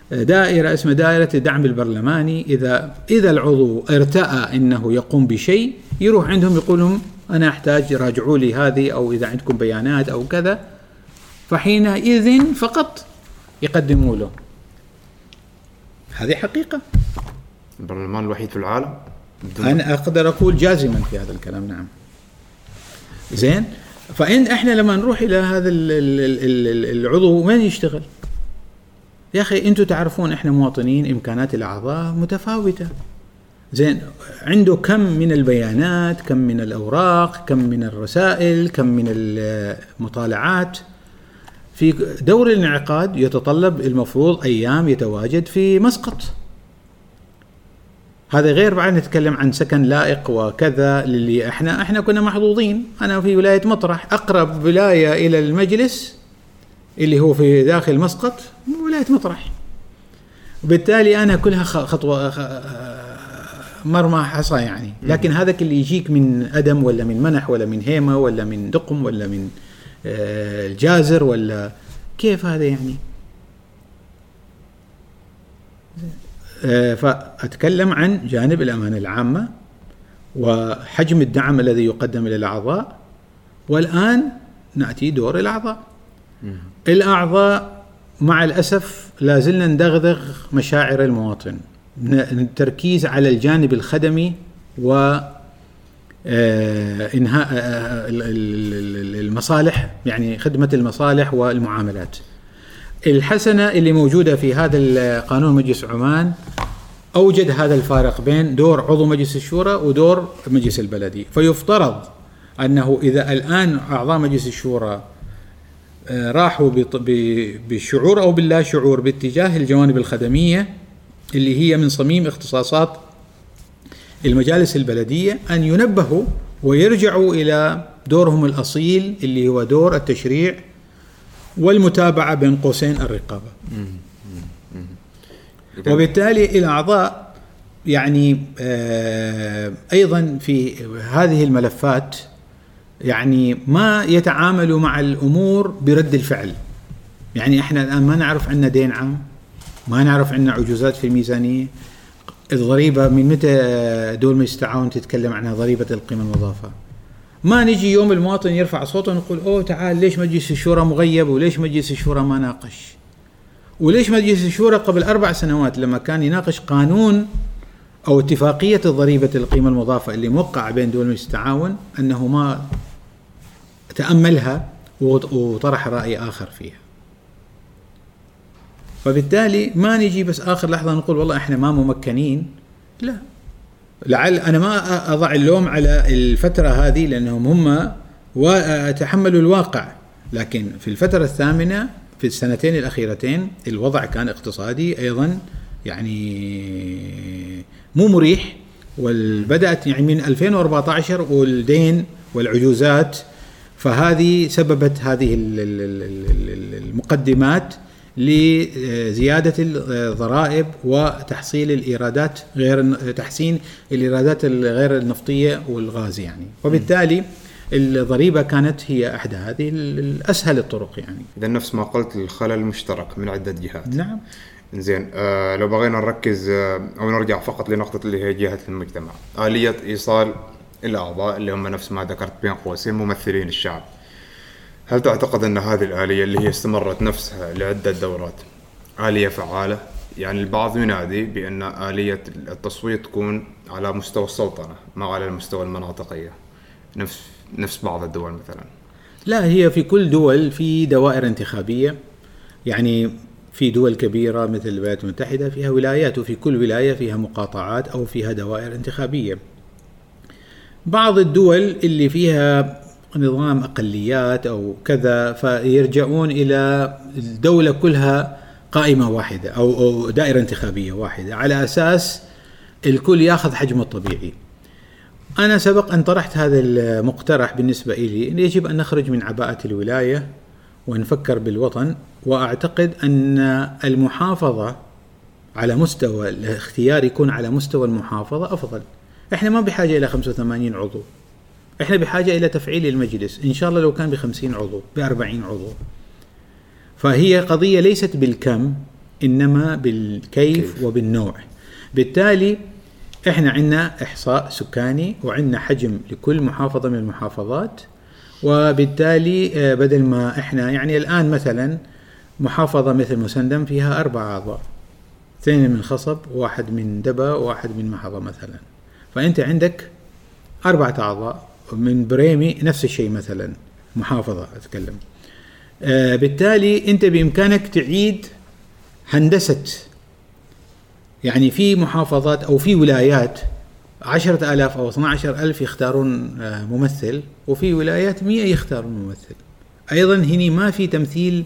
دائرة اسمها دائرة الدعم البرلماني. إذا العضو ارتأى إنه يقوم بشيء يروح عندهم يقول لهم أنا أحتاج راجعوا لي هذه، أو إذا عندكم بيانات أو كذا، فحينئذ فقط يقدموا له. هذه حقيقة. البرلمان الوحيد في العالم. أنا أقدر أقول جازما في هذا الكلام. نعم. زين. فإن إحنا لما نروح إلى هذا العضو وين يشتغل؟ يا أخي أنتوا تعرفون إحنا مواطنين إمكانات الأعضاء متفاوتة. زين. عنده كم من البيانات، كم من الأوراق، كم من الرسائل، كم من المطالعات. في دور الانعقاد يتطلب المفروض أيام يتواجد في مسقط. هذا غير بعد نتكلم عن سكن لائق وكذا، اللي احنا كنا محظوظين. انا في ولاية مطرح، اقرب ولاية الى المجلس اللي هو في داخل مسقط ولاية مطرح، وبالتالي انا كلها خطوة مرمى حصى يعني. لكن هذاك اللي يجيك من أدم ولا من منح ولا من هيمة ولا من دقم ولا من الجازر ولا كيف هذا يعني؟ فأتكلم عن جانب الأمانة العامة وحجم الدعم الذي يقدم إلى الأعضاء. والآن نأتي دور الأعضاء. الأعضاء مع الأسف لا زلنا ندغدغ مشاعر المواطن، التركيز على الجانب الخدمي وإنهاء المصالح، يعني خدمة المصالح والمعاملات. الحسنة اللي موجودة في هذا القانون مجلس عمان أوجد هذا الفارق بين دور عضو مجلس الشورى ودور مجلس البلدي. فيفترض أنه إذا الآن أعضاء مجلس الشورى راحوا بالشعور أو باللا شعور باتجاه الجوانب الخدمية اللي هي من صميم اختصاصات المجالس البلدية، أن ينبهوا ويرجعوا إلى دورهم الأصيل اللي هو دور التشريع والمتابعة بين قوسين الرقابة. وبالتالي الأعضاء يعني أيضا في هذه الملفات يعني ما يتعاملوا مع الأمور برد الفعل. يعني إحنا الآن ما نعرف عندنا دين عام، ما نعرف عندنا عجوزات في الميزانية. الضريبة من متى دول مجلس التعاون تتكلم عنها؟ ضريبة القيمة المضافة. ما نجي يوم المواطن يرفع صوته ونقول أوه تعال ليش مجلس الشورى مغيب، وليش مجلس الشورى ما ناقش، وليش مجلس الشورى قبل 4 سنوات لما كان يناقش قانون أو اتفاقية ضريبة القيمة المضافة اللي موقع بين دول مجلس التعاون أنه ما تأملها وطرح رأي آخر فيها. فبالتالي ما نجي بس آخر لحظة نقول والله إحنا ما ممكنين. لا، لعل أنا ما أضع اللوم على الفترة هذه لأنهم هم وتحملوا الواقع، لكن في الفترة الثامنة في السنتين الأخيرتين الوضع كان اقتصادي أيضا يعني مو مريح، والبدأت يعني من 2014 والدين والعجوزات، فهذه سببت هذه المقدمات لزيادة الضرائب وتحصيل الإيرادات تحسين الإيرادات الغير النفطية والغاز يعني. وبالتالي الضريبة كانت هي أحد هذه الأسهل الطرق يعني. إذا نفس ما قلت الخلل مشترك من عدة جهات. نعم. زين. لو بغينا نركز أو نرجع فقط لنقطة اللي هي جهة المجتمع، آلية إيصال الأعضاء اللي هم نفس ما ذكرت بين قوسين ممثلين الشعب، هل تعتقد أن هذه الآلية اللي هي استمرت نفسها لعدة دورات آلية فعالة؟ يعني البعض ينادي بأن آلية التصويت تكون على مستوى السلطنة ما على المستوى المناطقية نفس بعض الدول مثلا. لا، هي في كل دول في دوائر انتخابية، يعني في دول كبيرة مثل الولايات المتحدة فيها ولايات، وفي كل ولاية فيها مقاطعات أو فيها دوائر انتخابية. بعض الدول اللي فيها نظام أقليات أو كذا فيرجعون إلى الدولة كلها قائمة واحدة أو دائرة انتخابية واحدة على أساس الكل يأخذ حجمه الطبيعي. أنا سبق أن طرحت هذا المقترح بالنسبة إلي أن يجب أن نخرج من عباءة الولاية ونفكر بالوطن، وأعتقد أن المحافظة على مستوى الاختيار يكون على مستوى المحافظة أفضل. إحنا ما بحاجة إلى 85 عضو، إحنا بحاجة إلى تفعيل المجلس إن شاء الله لو كان ب50 عضو ب40 عضو. فهي قضية ليست بالكم إنما بالكيف وبالنوع. بالتالي إحنا عندنا إحصاء سكاني وعندنا حجم لكل محافظة من المحافظات، وبالتالي بدل ما إحنا يعني الآن مثلا محافظة مثل مسندم فيها 4 أعضاء، 2 من خصب، 1 من دبا، 1 من محظة مثلا، فأنت عندك 4 أعضاء. من بريمي نفس الشيء مثلا محافظة أتكلم. بالتالي أنت بإمكانك تعيد هندسة، يعني في محافظات أو في ولايات 10,000 أو 12,000 يختارون ممثل، وفي ولايات 100 يختارون ممثل. أيضا هنا ما في تمثيل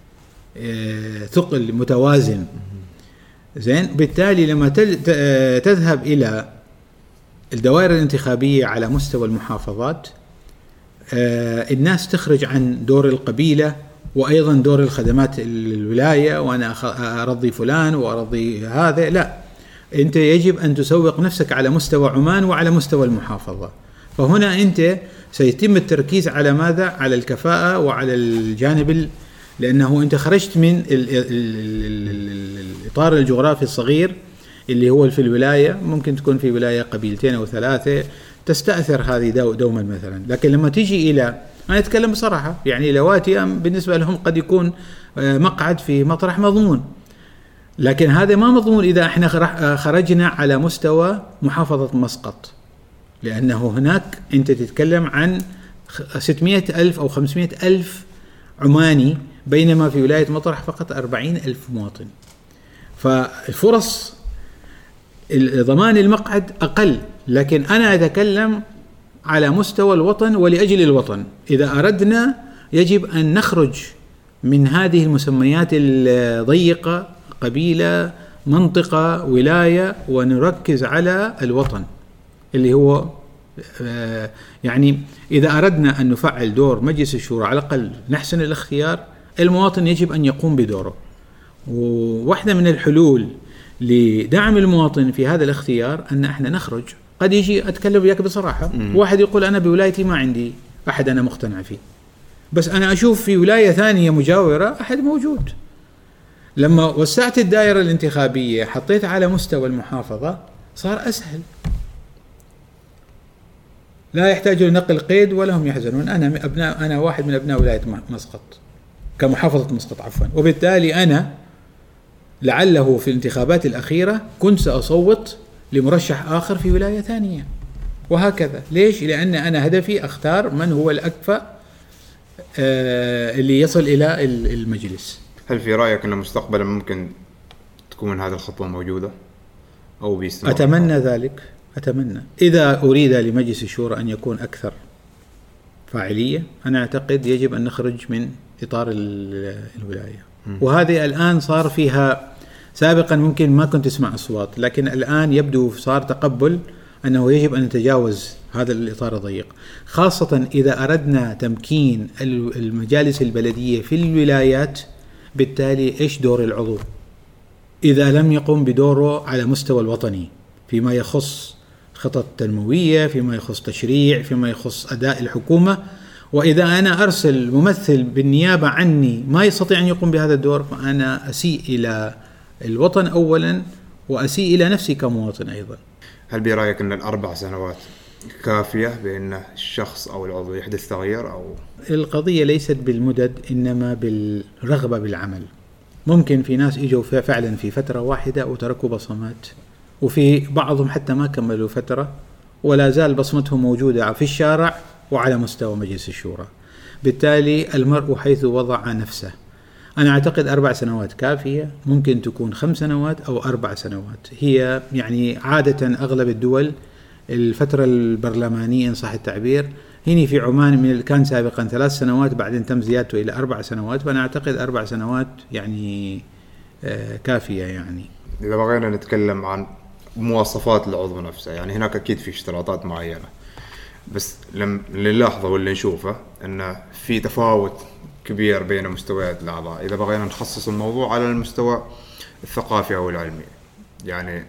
ثقل متوازن. زين، بالتالي لما تذهب إلى الدوائر الانتخابية على مستوى المحافظات، الناس تخرج عن دور القبيلة وأيضا دور الخدمات الولاية، وأنا أرضي فلان وأرضي هذا. لا، أنت يجب أن تسوق نفسك على مستوى عمان وعلى مستوى المحافظة. فهنا أنت سيتم التركيز على ماذا؟ على الكفاءة وعلى الجانب، لأنه أنت خرجت من الإطار الجغرافي الصغير اللي هو في الولاية. ممكن تكون في ولاية 2 أو 3 تستأثر هذه دوما مثلا، لكن لما تيجي إلى، أنا أتكلم بصراحة، يعني لواتي بالنسبة لهم قد يكون مقعد في مطرح مضمون، لكن هذا ما مضمون إذا احنا خرجنا على مستوى محافظة مسقط، لأنه هناك أنت تتكلم عن 600,000 أو 500,000 عماني، بينما في ولاية مطرح فقط 40,000 مواطن. فالفرص ضمان المقعد أقل. لكن أنا أتكلم على مستوى الوطن ولأجل الوطن. إذا أردنا يجب أن نخرج من هذه المسميات الضيقة، قبيلة، منطقة، ولاية، ونركز على الوطن اللي هو يعني إذا أردنا أن نفعل دور مجلس الشورى على الأقل نحسن الاختيار، المواطن يجب أن يقوم بدوره. وواحدة من الحلول لدعم المواطن في هذا الاختيار أن احنا نخرج. قد يجي أتكلم وياك بصراحة، واحد يقول أنا بولايتي ما عندي أحد أنا مقتنع فيه، بس أنا أشوف في ولاية ثانية مجاورة أحد موجود. لما وسعت الدائرة الانتخابية حطيت على مستوى المحافظة صار أسهل، لا يحتاج لنقل قيد ولا هم يحزنون. أنا واحد من أبناء ولاية مسقط كمحافظة مسقط عفوا، وبالتالي أنا لعله في الانتخابات الأخيرة كنت سأصوت لمرشح آخر في ولاية ثانية، وهكذا. ليش؟ لأن أنا هدفي أختار من هو الأكفأ اللي يصل إلى المجلس. هل في رأيك أن مستقبلا ممكن تكون هذه الخطوة موجودة أو بيستمر؟ أتمنى ذلك، أتمنى. إذا أريد لمجلس الشورى أن يكون أكثر فاعلية، أنا أعتقد يجب أن نخرج من إطار الولاية. وهذه الآن صار فيها، سابقا ممكن ما كنت تسمع أصوات، لكن الآن يبدو صار تقبل أنه يجب أن نتجاوز هذا الإطار الضيق، خاصة إذا أردنا تمكين المجالس البلدية في الولايات. بالتالي إيش دور العضو إذا لم يقم بدوره على مستوى الوطني فيما يخص خطط تنموية، فيما يخص تشريع، فيما يخص أداء الحكومة؟ وإذا أنا أرسل ممثل بالنيابة عني ما يستطيع أن يقوم بهذا الدور، فأنا أسيء إلى الوطن أولا وأسيء إلى نفسي كمواطن أيضا. هل برأيك أن 4 سنوات كافية بأن الشخص أو العضو يحدث تغيير؟ أو القضية ليست بالمدد، إنما بالرغبة بالعمل. ممكن في ناس إجوا فعلا في فترة واحدة وتركوا بصمات، وفي بعضهم حتى ما كملوا فترة ولا زال بصمتهم موجودة في الشارع وعلى مستوى مجلس الشورى. بالتالي المرء حيث وضع نفسه. أنا أعتقد 4 سنوات كافية، ممكن تكون 5 سنوات أو 4 سنوات. هي يعني عادة أغلب الدول الفترة البرلمانية إن صح التعبير. هنا في عمان كان سابقا 3 سنوات، بعدين تم زيادته إلى 4 سنوات، فأنا أعتقد 4 سنوات يعني كافية. يعني إذا بغينا نتكلم عن مواصفات العضو نفسه، يعني هناك أكيد في اشتراطات معينة، بس اللي نلاحظه واللي نشوفه أن في تفاوت كبير بين مستويات الأعضاء. إذا بغينا نخصص الموضوع على المستوى الثقافي أو العلمي، يعني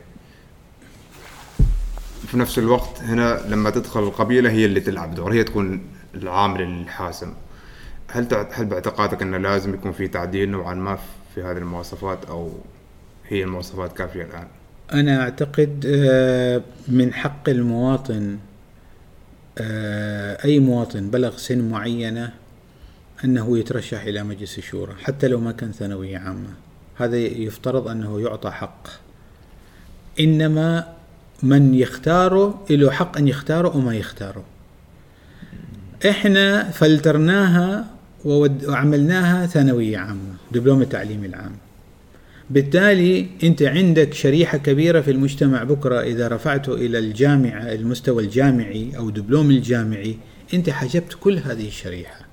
في نفس الوقت هنا لما تدخل القبيلة هي اللي تلعب دور، هي تكون العامل الحاسم. هل باعتقادك أنه لازم يكون في تعديل نوعا ما في هذه المواصفات، أو هي المواصفات كافية الآن؟ أنا أعتقد من حق المواطن، أي مواطن بلغ سن معينة، أنه يترشح إلى مجلس الشورى حتى لو ما كان ثانوية عامة. هذا يفترض أنه يعطى حق، إنما من يختاره له حق أن يختاره وما يختاره. إحنا فلترناها وعملناها ثانوية عامة، دبلوم التعليم العام. بالتالي أنت عندك شريحة كبيرة في المجتمع بكرة إذا رفعته إلى الجامعة، المستوى الجامعي أو دبلوم الجامعي، أنت حجبت كل هذه الشريحة.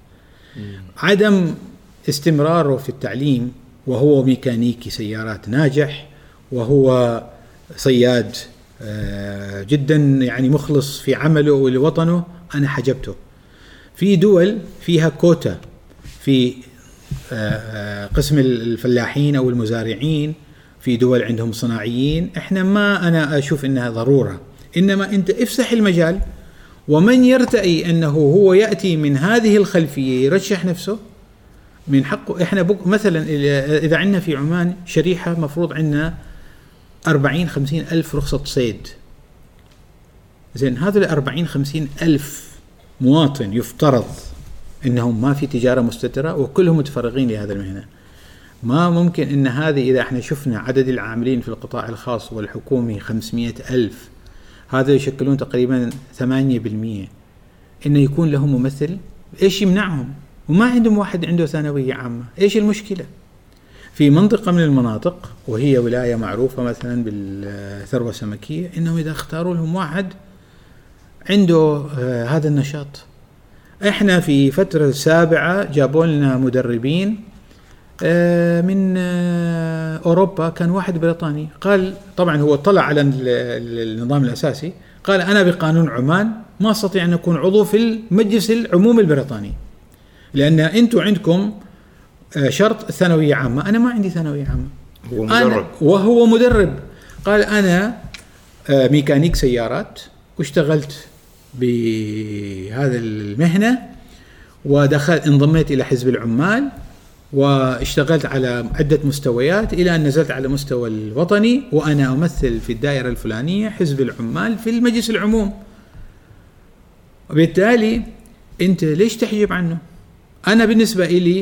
عدم استمراره في التعليم وهو ميكانيكي سيارات ناجح، وهو صياد جدا يعني مخلص في عمله ولوطنه، أنا حجبته. في دول فيها كوتا في قسم الفلاحين أو المزارعين، في دول عندهم صناعيين. إحنا ما أنا أشوف إنها ضرورة، إنما أنت افسح المجال، ومن يرتئي أنه هو يأتي من هذه الخلفية يرشح نفسه من حقه. إحنا مثلا إذا عندنا في عمان شريحة مفروض عندنا 40-50 ألف رخصة صيد، زين هذا 40-50 ألف مواطن يفترض إنهم ما في تجارة مستترة وكلهم متفرغين لهذا المهنة. ما ممكن إن هذه، إذا إحنا شفنا عدد العاملين في القطاع الخاص والحكومي 500 ألف، هذا يشكلون تقريبا 8%، إنه يكون لهم ممثل. إيش يمنعهم؟ وما عندهم واحد عنده ثانوية عامة، إيش المشكلة؟ في منطقة من المناطق وهي ولاية معروفة مثلا بالثروة السمكية، إنهم إذا اختاروا لهم واحد عنده هذا النشاط. إحنا في فترة سابعة جابوا لنا مدربين من أوروبا، كان واحد بريطاني قال، طبعا هو طلع على النظام الأساسي، قال أنا بقانون عمان ما أستطيع أن أكون عضو في المجلس العموم البريطاني، لأن أنتم عندكم شرط ثانوية عامة، أنا ما عندي ثانوية عامة. وهو مدرب. قال أنا ميكانيك سيارات واشتغلت بهذا المهنة، انضميت إلى حزب العمال واشتغلت على عدة مستويات إلى أن نزلت على مستوى الوطني، وأنا أمثل في الدائرة الفلانية حزب العمال في المجلس العموم. وبالتالي أنت ليش تحجب عنه؟ أنا بالنسبة إلي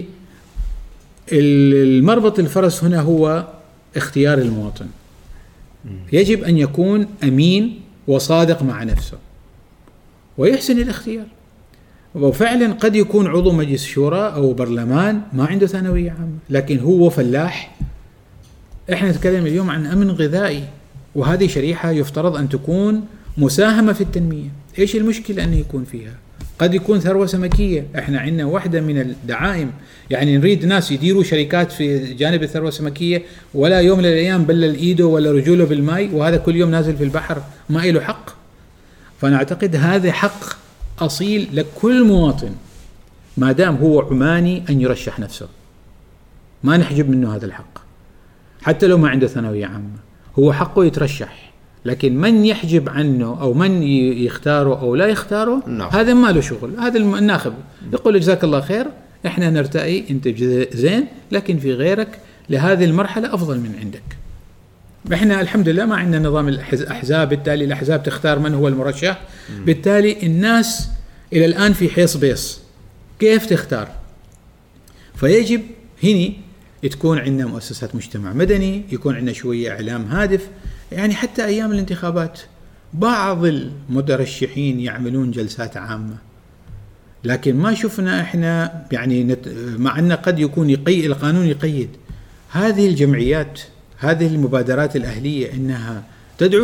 المربط الفرس هنا هو اختيار المواطن. يجب أن يكون أمين وصادق مع نفسه ويحسن الاختيار. وفعلا قد يكون عضو مجلس شورى أو برلمان ما عنده ثانوية عامة، لكن هو فلاح. احنا نتكلم اليوم عن أمن غذائي، وهذه شريحة يفترض أن تكون مساهمة في التنمية. إيش المشكلة أن يكون فيها؟ قد يكون ثروة سمكية. احنا عندنا واحدة من الدعائم، يعني نريد ناس يديروا شركات في جانب الثروة السمكية، ولا يوم من الأيام بلل إيده ولا رجوله بالماء، وهذا كل يوم نازل في البحر ما له حق. فأنا أعتقد هذا حق أصيل لكل مواطن ما دام هو عماني أن يرشح نفسه، ما نحجب منه هذا الحق حتى لو ما عنده ثانوية عامة، هو حقه يترشح. لكن من يحجب عنه أو من يختاره أو لا يختاره هذا ما له شغل. هذا الناخب يقول جزاك الله خير، إحنا نرتقي، أنت زين، لكن في غيرك لهذه المرحلة أفضل من عندك. إحنا الحمد لله ما عندنا نظام الأحزاب، بالتالي الأحزاب تختار من هو المرشح. بالتالي الناس إلى الآن في حيص بيص كيف تختار. فيجب هنا تكون عندنا مؤسسات مجتمع مدني، يكون عندنا شوية إعلام هادف. يعني حتى أيام الانتخابات بعض المترشحين يعملون جلسات عامة، لكن ما شفنا إحنا يعني مع أن قد يكون القانون يقيد هذه الجمعيات، هذه المبادرات الأهلية، إنها تدعو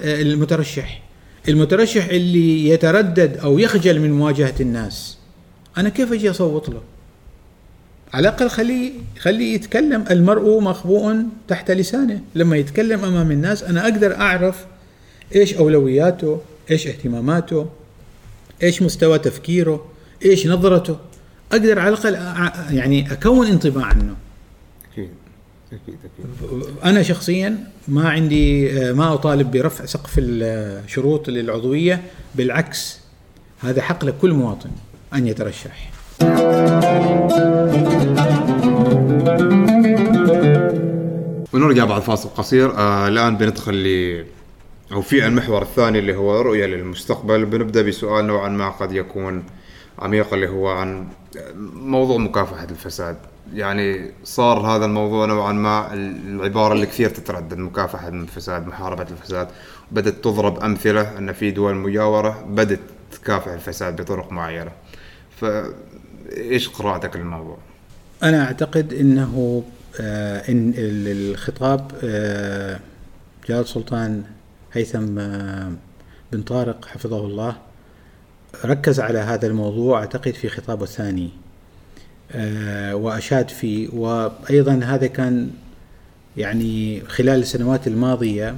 المترشح اللي يتردد أو يخجل من مواجهة الناس، أنا كيف أجي أصوت له؟ على الأقل خلي يتكلم. المرء مخبوء تحت لسانه، لما يتكلم أمام الناس أنا أقدر أعرف إيش أولوياته، إيش اهتماماته، إيش مستوى تفكيره، إيش نظرته، أقدر على الأقل يعني أكون انطباع عنه. أنا شخصيا ما أطالب برفع سقف الشروط للعضوية، بالعكس هذا حق لكل مواطن أن يترشح. ونرجع بعد فاصل قصير. الآن بندخل أو في المحور الثاني اللي هو رؤية للمستقبل. بنبدأ بسؤال نوعا ما قد يكون عميق، اللي هو عن موضوع مكافحة الفساد. يعني صار هذا الموضوع نوعا ما العبارة اللي كثير تتردد، مكافحة الفساد، محاربة الفساد. بدأت تضرب أمثلة أن في دول مجاورة بدأت تكافح الفساد بطرق معينة. فإيش قراءتك للموضوع؟ أنا أعتقد أنه إن الخطاب جلالة السلطان هيثم بن طارق حفظه الله ركز على هذا الموضوع أعتقد في خطابه الثاني، وأشاد فيه. وأيضا هذا كان يعني خلال السنوات الماضية،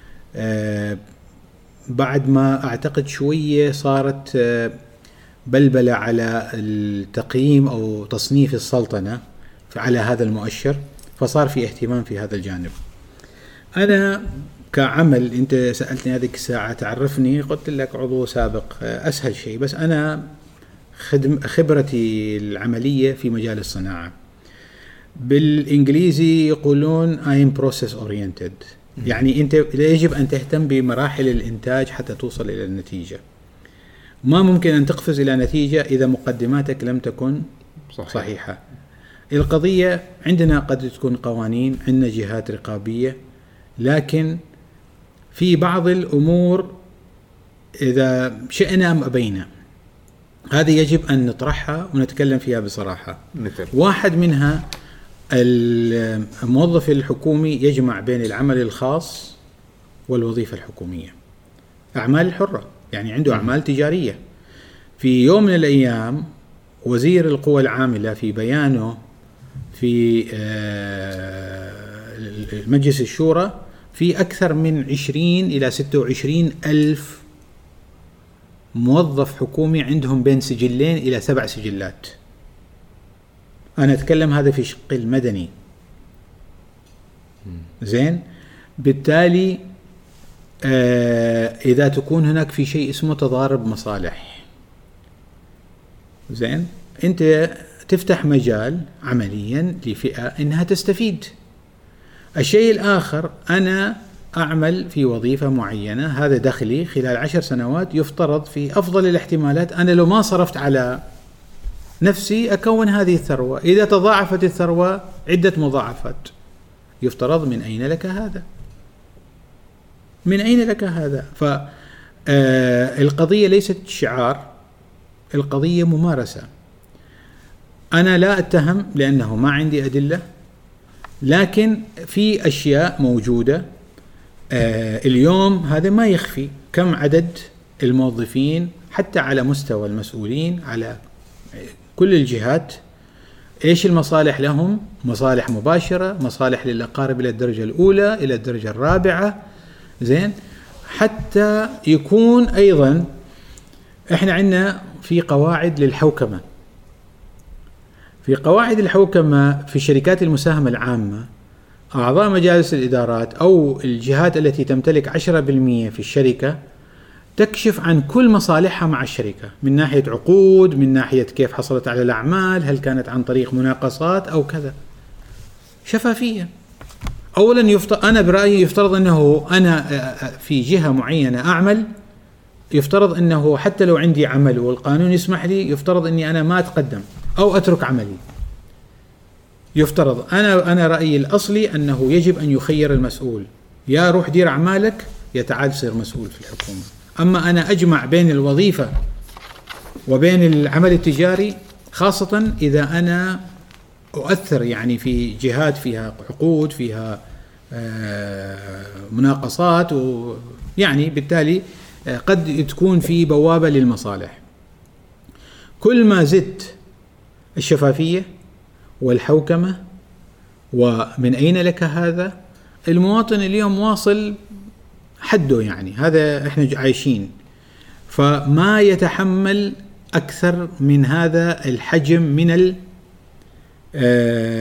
بعد ما أعتقد شوية صارت بلبلة على التقييم أو تصنيف السلطنة على هذا المؤشر، فصار في اهتمام في هذا الجانب. أنا كعمل، أنت سألتني هذه الساعة تعرفني، قلت لك عضو سابق أسهل شيء، بس أنا خبرتي العملية في مجال الصناعة. بالإنجليزي يقولون I'm process oriented، يعني أنت يجب أن تهتم بمراحل الإنتاج حتى توصل إلى النتيجة. ما ممكن أن تقفز إلى نتيجة إذا مقدماتك لم تكن صحيحة. القضية عندنا قد تكون قوانين، عندنا جهات رقابية، لكن في بعض الأمور إذا شئنا أم أبينا هذه يجب أن نطرحها ونتكلم فيها بصراحة. مثل واحد منها الموظف الحكومي يجمع بين العمل الخاص والوظيفة الحكومية، أعمال الحرة، يعني عنده أعمال تجارية. في يوم من الأيام وزير القوى العاملة في بيانه في مجلس الشورى في أكثر من 20 إلى 26 ألف موظف حكومي عندهم بين سجلين إلى 7 سجلات. أنا أتكلم هذا في شق المدني. زين، بالتالي إذا تكون هناك في شيء اسمه تضارب مصالح، زين، أنت تفتح مجال عمليا لفئة إنها تستفيد. الشيء الآخر، أنا أعمل في وظيفة معينة، هذا دخلي خلال 10 سنوات، يفترض في أفضل الاحتمالات أنا لو ما صرفت على نفسي أكون هذه الثروة. إذا تضاعفت الثروة عدة مضاعفات، يفترض من أين لك هذا؟ من أين لك هذا؟ فالقضية ليست شعار، القضية ممارسة. أنا لا أتهم لأنه ما عندي أدلة، لكن في أشياء موجودة. اليوم هذا ما يخفي كم عدد الموظفين حتى على مستوى المسؤولين على كل الجهات، إيش المصالح لهم؟ مصالح مباشرة، مصالح للأقارب إلى الدرجة الأولى إلى الدرجة الرابعة. زين، حتى يكون أيضا إحنا عندنا في قواعد للحوكمة. في قواعد الحوكمة في شركات المساهمة العامة، أعضاء مجالس الإدارات أو الجهات التي تمتلك 10% في الشركة تكشف عن كل مصالحها مع الشركة، من ناحية عقود، من ناحية كيف حصلت على الأعمال، هل كانت عن طريق مناقصات أو كذا. شفافية. أولا أنا برأيي يفترض أنه أنا في جهة معينة أعمل، يفترض أنه حتى لو عندي عمل والقانون يسمح لي، يفترض أني أنا ما أتقدم أو أترك عملي. يفترض أنا رأيي الأصلي أنه يجب أن يخير المسؤول، يا روح دير أعمالك يا تعال صير مسؤول في الحكومة. أما أنا أجمع بين الوظيفة وبين العمل التجاري، خاصة إذا أنا أؤثر يعني في جهات فيها عقود، فيها مناقصات، ويعني بالتالي قد تكون في بوابة للمصالح. كل ما زدت الشفافية والحوكمة ومن أين لك هذا، المواطن اليوم واصل حده، يعني هذا احنا عايشين، فما يتحمل أكثر من هذا الحجم من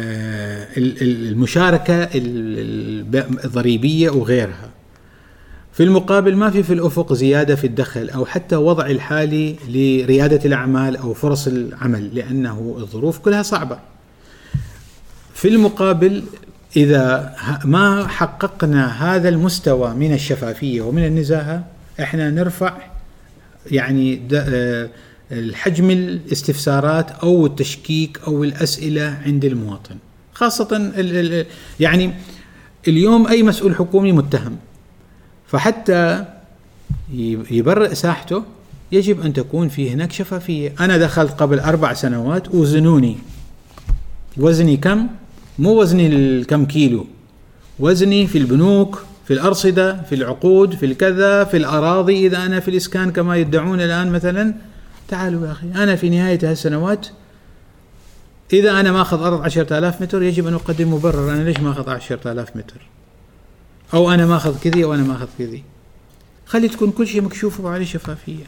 المشاركة الضريبية وغيرها. في المقابل ما في الأفق زيادة في الدخل أو حتى وضع الحالي لريادة الأعمال أو فرص العمل، لأنه الظروف كلها صعبة. في المقابل إذا ما حققنا هذا المستوى من الشفافية ومن النزاهة، إحنا نرفع يعني الحجم الاستفسارات أو التشكيك أو الأسئلة عند المواطن، خاصة يعني اليوم أي مسؤول حكومي متهم، فحتى يبرئ ساحته يجب أن تكون في هناك شفافية. أنا دخلت قبل 4 سنوات وزنوني، وزني كم؟ مو وزني الكم كيلو، وزني في البنوك، في الأرصدة، في العقود، في الكذا، في الأراضي، إذا أنا في الإسكان كما يدعون الآن مثلا. تعالوا يا أخي، أنا في نهاية هالسنوات إذا أنا ما أخذ أرض 10,000 متر يجب أن أقدم مبرر، أنا ليش ما أخذ 10,000 متر، أو أنا ما أخذ كذي أو أنا ما أخذ كذي. خلي تكون كل شيء مكشوف وعليه شفافية.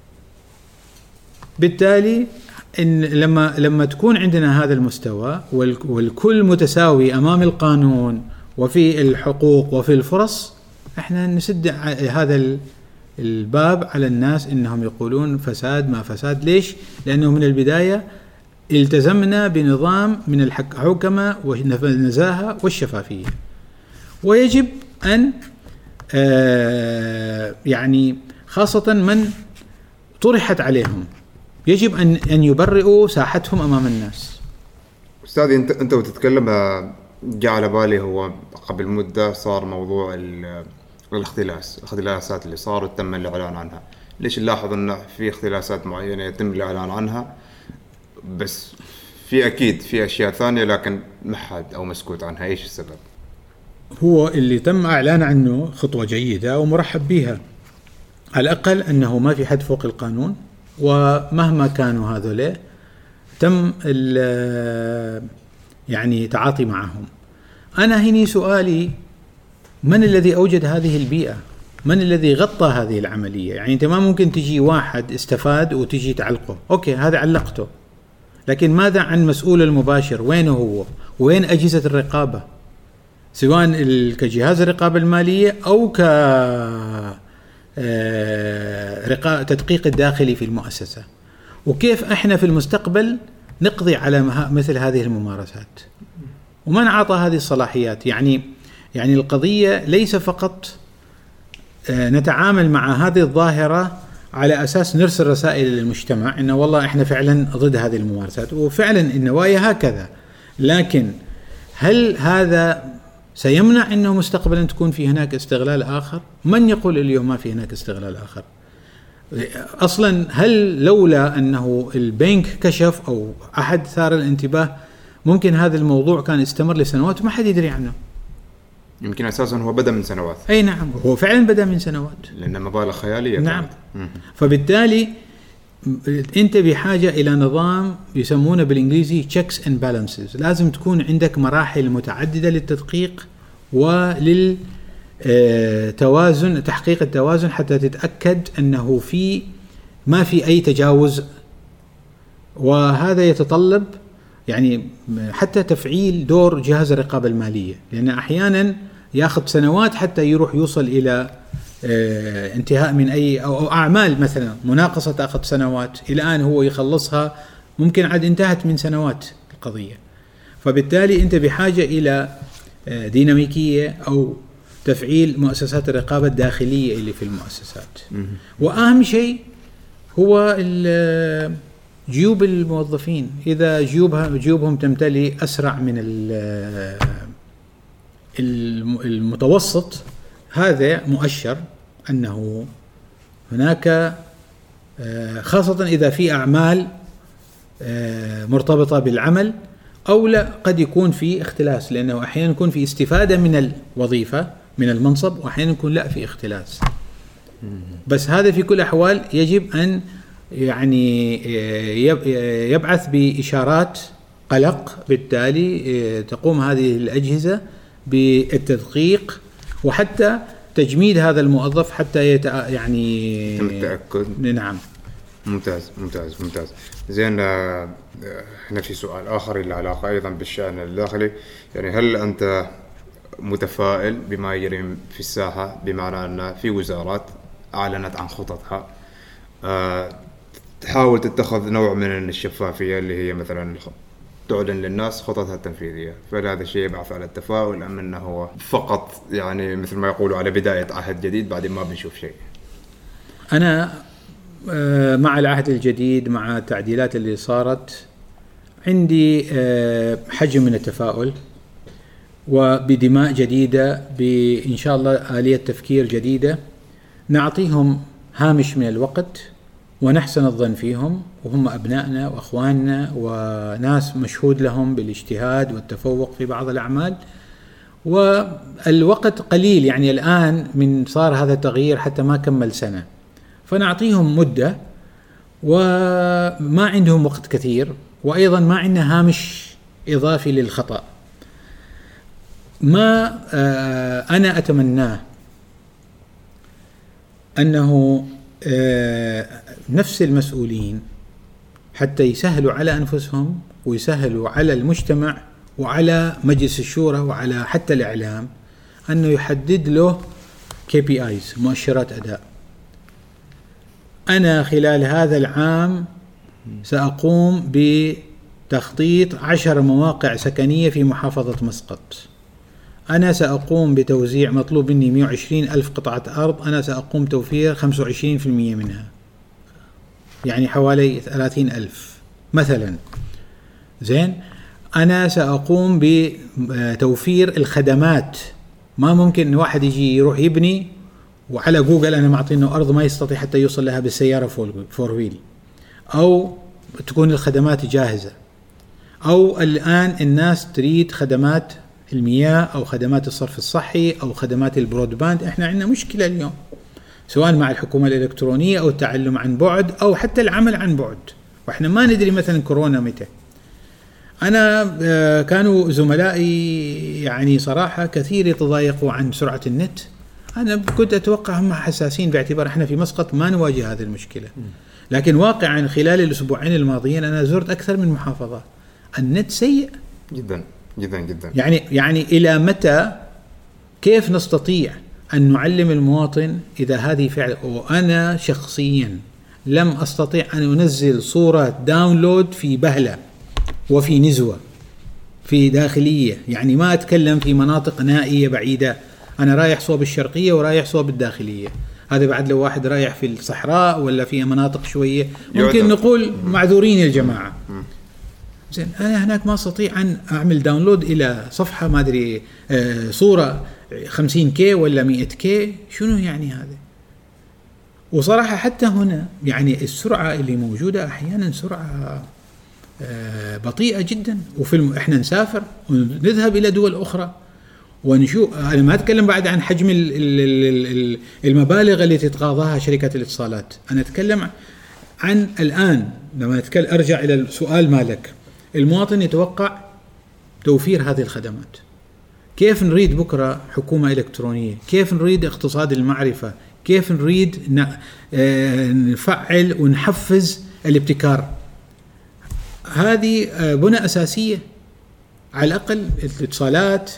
بالتالي إن لما تكون عندنا هذا المستوى والكل متساوي أمام القانون وفي الحقوق وفي الفرص، إحنا نسد هذا الباب على الناس إنهم يقولون فساد ما فساد. ليش؟ لأنه من البداية التزمنا بنظام من الحوكمة والنزاهة والشفافية، ويجب أن يعني خاصة من طرحت عليهم يجب أن يبرئوا ساحتهم أمام الناس. أستاذي أنت وتتكلم جاء على بالي، هو قبل مدة صار موضوع الاختلاسات اللي صارت تم الإعلان عنها. ليش نلاحظ أن في اختلاسات معينة يتم الإعلان عنها، بس أكيد في أشياء ثانية لكن محد أو مسكوت عنها؟ إيش السبب؟ هو اللي تم إعلان عنه خطوة جيدة ومرحب بها، على الأقل أنه ما في حد فوق القانون، ومهما كانوا هذولا تم يعني تعاطي معهم. أنا هني سؤالي، من الذي أوجد هذه البيئة؟ من الذي غطى هذه العملية؟ يعني أنت ما ممكن تجي واحد استفاد وتجي تعلقه، أوكي هذا علقته، لكن ماذا عن مسؤول المباشر؟ وينه هو؟ وين أجهزة الرقابة، سواء كجهاز الرقابة المالية أو تدقيق الداخلي في المؤسسة؟ وكيف احنا في المستقبل نقضي على مثل هذه الممارسات؟ ومن عطى هذه الصلاحيات؟ يعني القضية ليس فقط نتعامل مع هذه الظاهرة على أساس نرسل رسائل للمجتمع إنه والله إحنا فعلا ضد هذه الممارسات، وفعلا النوايا هكذا، لكن هل هذا سيمنع أنه مستقبلا تكون في هناك استغلال آخر؟ من يقول اليوم ما في هناك استغلال آخر؟ أصلا هل لولا أنه البنك كشف أو أحد ثار الانتباه ممكن هذا الموضوع كان استمر لسنوات وما حد يدري عنه؟ يمكن أساسا هو بدأ من سنوات. أي نعم، هو فعلا بدأ من سنوات، لأن مبالغ خيالية. نعم. فبالتالي أنت بحاجة إلى نظام يسمونه بالإنجليزي checks and balances. لازم تكون عندك مراحل متعددة للتدقيق وللتوازن، تحقيق التوازن، حتى تتأكد أنه ما في أي تجاوز. وهذا يتطلب يعني حتى تفعيل دور جهاز الرقابة المالية، لأن أحيانا يأخذ سنوات حتى يوصل إلى انتهاء من أي أو أعمال، مثلا مناقصة تأخذ سنوات، إلى الآن هو يخلصها ممكن عاد انتهت من سنوات القضية. فبالتالي أنت بحاجة إلى ديناميكية أو تفعيل مؤسسات الرقابة الداخلية اللي في المؤسسات. وأهم شيء هو جيوب الموظفين. إذا جيوبهم تمتلي أسرع من المتوسط، هذا مؤشر أنه هناك، خاصة إذا في أعمال مرتبطة بالعمل، أو لا قد يكون في اختلاس، لأنه أحيانا يكون في استفادة من الوظيفة من المنصب، وأحيانا يكون لا في اختلاس. بس هذا في كل الأحوال يجب أن يعني يبعث بإشارات قلق. بالتالي تقوم هذه الأجهزة بالتدقيق وحتى تجميد هذا الموظف حتى يعني التأكد. نعم. ممتاز. زين، هنا في سؤال آخر له علاقة أيضا بالشأن الداخلي. يعني هل أنت متفائل بما يجري في الساحة، بمعنى أن في وزارات أعلنت عن خططها تحاول تتخذ نوع من الشفافية اللي هي مثلا تعلن للناس خططها التنفيذية. فهذا الشيء يبعث على التفاؤل، أم أنه هو فقط يعني مثل ما يقولوا على بداية عهد جديد بعدين ما بنشوف شيء؟ أنا مع العهد الجديد، مع التعديلات اللي صارت، عندي حجم من التفاؤل، وبدماء جديدة، بإن شاء الله آلية تفكير جديدة، نعطيهم هامش من الوقت ونحسن الظن فيهم، وهم أبنائنا وأخواننا وناس مشهود لهم بالاجتهاد والتفوق في بعض الأعمال. والوقت قليل، يعني الآن من صار هذا التغيير حتى ما كمل سنة، فنعطيهم مدة، وما عندهم وقت كثير، وأيضا ما عندنا هامش إضافي للخطأ. ما أنا أتمناه أنه نفس المسؤولين حتى يسهلوا على أنفسهم ويسهلوا على المجتمع وعلى مجلس الشورى وعلى حتى الإعلام، أنه يحدد له KPIs، مؤشرات أداء. أنا خلال هذا العام سأقوم بتخطيط 10 مواقع سكنية في محافظة مسقط. أنا سأقوم بتوزيع، مطلوب مني 120,000 قطعة أرض، أنا سأقوم توفير 25% منها، يعني حوالي 30,000 مثلا. زين، أنا سأقوم بتوفير الخدمات. ما ممكن واحد يجي يروح يبني وعلى جوجل أنا معطينه أرض ما يستطيع حتى يوصل لها بالسيارة فور ويل، أو تكون الخدمات جاهزة، أو الآن الناس تريد خدمات المياه أو خدمات الصرف الصحي أو خدمات البرودباند. إحنا عندنا مشكلة اليوم، سواء مع الحكومة الإلكترونية أو التعلم عن بعد أو حتى العمل عن بعد، وإحنا ما ندري مثلا كورونا متى. أنا كانوا زملائي يعني صراحة كثير يتضايقوا عن سرعة النت. أنا كنت أتوقع هم حساسين، باعتبار إحنا في مسقط ما نواجه هذه المشكلة، لكن واقعا خلال الأسبوعين الماضيين أنا زرت أكثر من محافظة، النت سيء جدا جدا جدا. يعني إلى متى؟ كيف نستطيع أن نعلم المواطن إذا هذه فعل؟ وأنا شخصيا لم أستطيع أن أنزل صورة داونلود في بهلة وفي نزوة في داخلية، يعني ما أتكلم في مناطق نائية بعيدة، أنا رايح صوب الشرقية ورايح صوب الداخلية. هذا بعد لو واحد رايح في الصحراء ولا في مناطق شوية ممكن نقول معذورين الجماعة. زين، أنا هناك ما أستطيع أن أعمل داونلود إلى صفحة ما أدري صورة 50K ولا 100K، شنو يعني هذا؟ وصراحة حتى هنا يعني السرعة اللي موجودة أحيانا سرعة بطيئة جدا. وفي إحنا نسافر ونذهب إلى دول أخرى ونشوف، أنا ما أتكلم بعد عن حجم المبالغ التي تتقاضاها شركات الاتصالات، أنا أتكلم عن الآن لما أتكلم أرجع إلى السؤال مالك، المواطن يتوقع توفير هذه الخدمات. كيف نريد بكرة حكومة إلكترونية؟ كيف نريد اقتصاد المعرفة؟ كيف نريد نفعل ونحفز الابتكار؟ هذه بنى أساسية، على الأقل الاتصالات،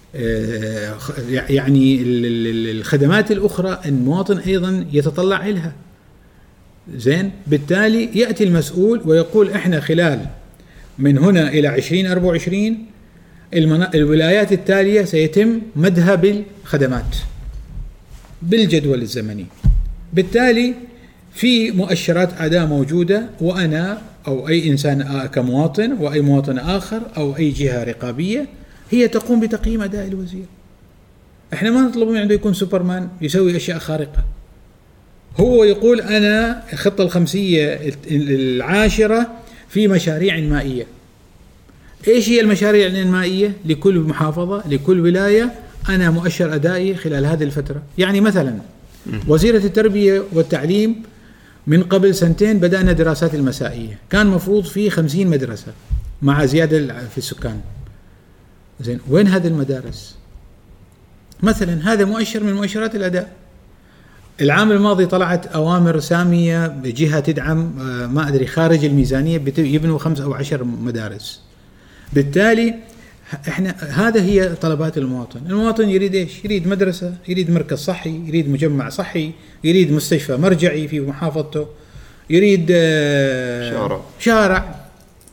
يعني الخدمات الأخرى المواطن أيضا يتطلع إلها. زين، بالتالي يأتي المسؤول ويقول إحنا خلال من هنا إلى 2024 الولايات التالية سيتم مدها بالخدمات بالجدول الزمني. بالتالي في مؤشرات أداء موجودة، وأنا أو أي إنسان كمواطن وأي مواطن آخر أو أي جهة رقابية هي تقوم بتقييم أداء الوزير. إحنا ما نطلب من عنده يكون سوبرمان يسوي أشياء خارقة. هو يقول أنا الخطة الخمسية 10 في مشاريع مائية. إيش هي المشاريع المائية؟ لكل محافظة لكل ولاية أنا مؤشر أدائي خلال هذه الفترة. يعني مثلا وزيرة التربية والتعليم من قبل 2 بدأنا دراسات المسائية، كان مفروض في 50 مدرسة مع زيادة في السكان. زين، وين هذه المدارس؟ مثلا هذا مؤشر من مؤشرات الأداء. العام الماضي طلعت أوامر سامية بجهة تدعم ما أدري خارج الميزانية يبنوا 5 أو 10 مدارس. بالتالي احنا هذا هي طلبات المواطن. المواطن يريد ايش؟ يريد مدرسة، يريد مركز صحي، يريد مجمع صحي، يريد مستشفى مرجعي في محافظته، يريد شارع.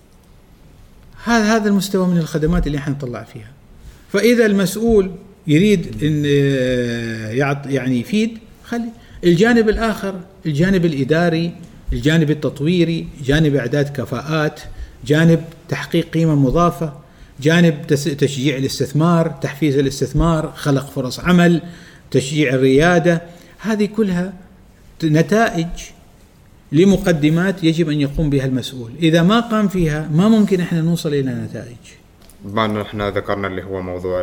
هذا المستوى من الخدمات اللي احنا نطلع فيها. فاذا المسؤول يريد ان يعني يفيد، خلي الجانب الاخر، الجانب الاداري، الجانب التطويري، جانب اعداد كفاءات، جانب تحقيق قيمة مضافة، جانب تشجيع الاستثمار، تحفيز الاستثمار، خلق فرص عمل، تشجيع الريادة. هذه كلها نتائج لمقدمات يجب أن يقوم بها المسؤول. إذا ما قام فيها ما ممكن إحنا نوصل إلى نتائج. بما أن إحنا ذكرنا اللي هو موضوع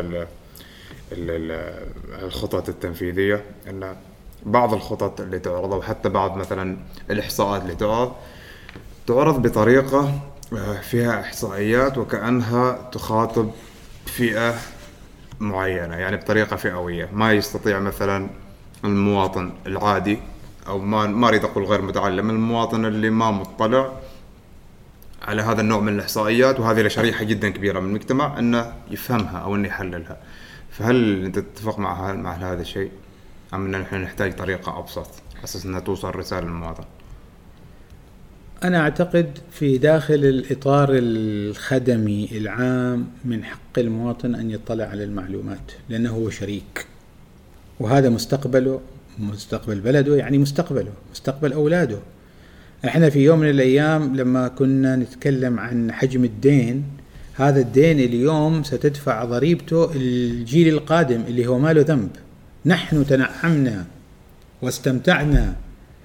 الخطط التنفيذية، أن بعض الخطط اللي تعرض وحتى بعض مثلا الإحصاءات اللي تعرض بطريقة فيها إحصائيات وكأنها تخاطب فئة معينة، يعني بطريقة فئوية. ما يستطيع مثلا المواطن العادي أو ما أريد أقول غير متعلم، المواطن اللي ما مطلع على هذا النوع من الإحصائيات، وهذه لشريحة جدا كبيرة من المجتمع، أنه يفهمها أو أنه يحللها. فهل أنت تتفق مع هذا الشيء، أم أن نحن نحتاج طريقة أبسط حسس أنها توصل رسالة للمواطن؟ أنا أعتقد في داخل الإطار الخدمي العام من حق المواطن أن يطلع على المعلومات، لأنه هو شريك، وهذا مستقبله، مستقبل بلده، يعني مستقبل أولاده. احنا في يوم من الأيام لما كنا نتكلم عن حجم الدين، هذا الدين اليوم ستدفع ضريبته الجيل القادم اللي هو ما له ذنب. نحن تنعمنا واستمتعنا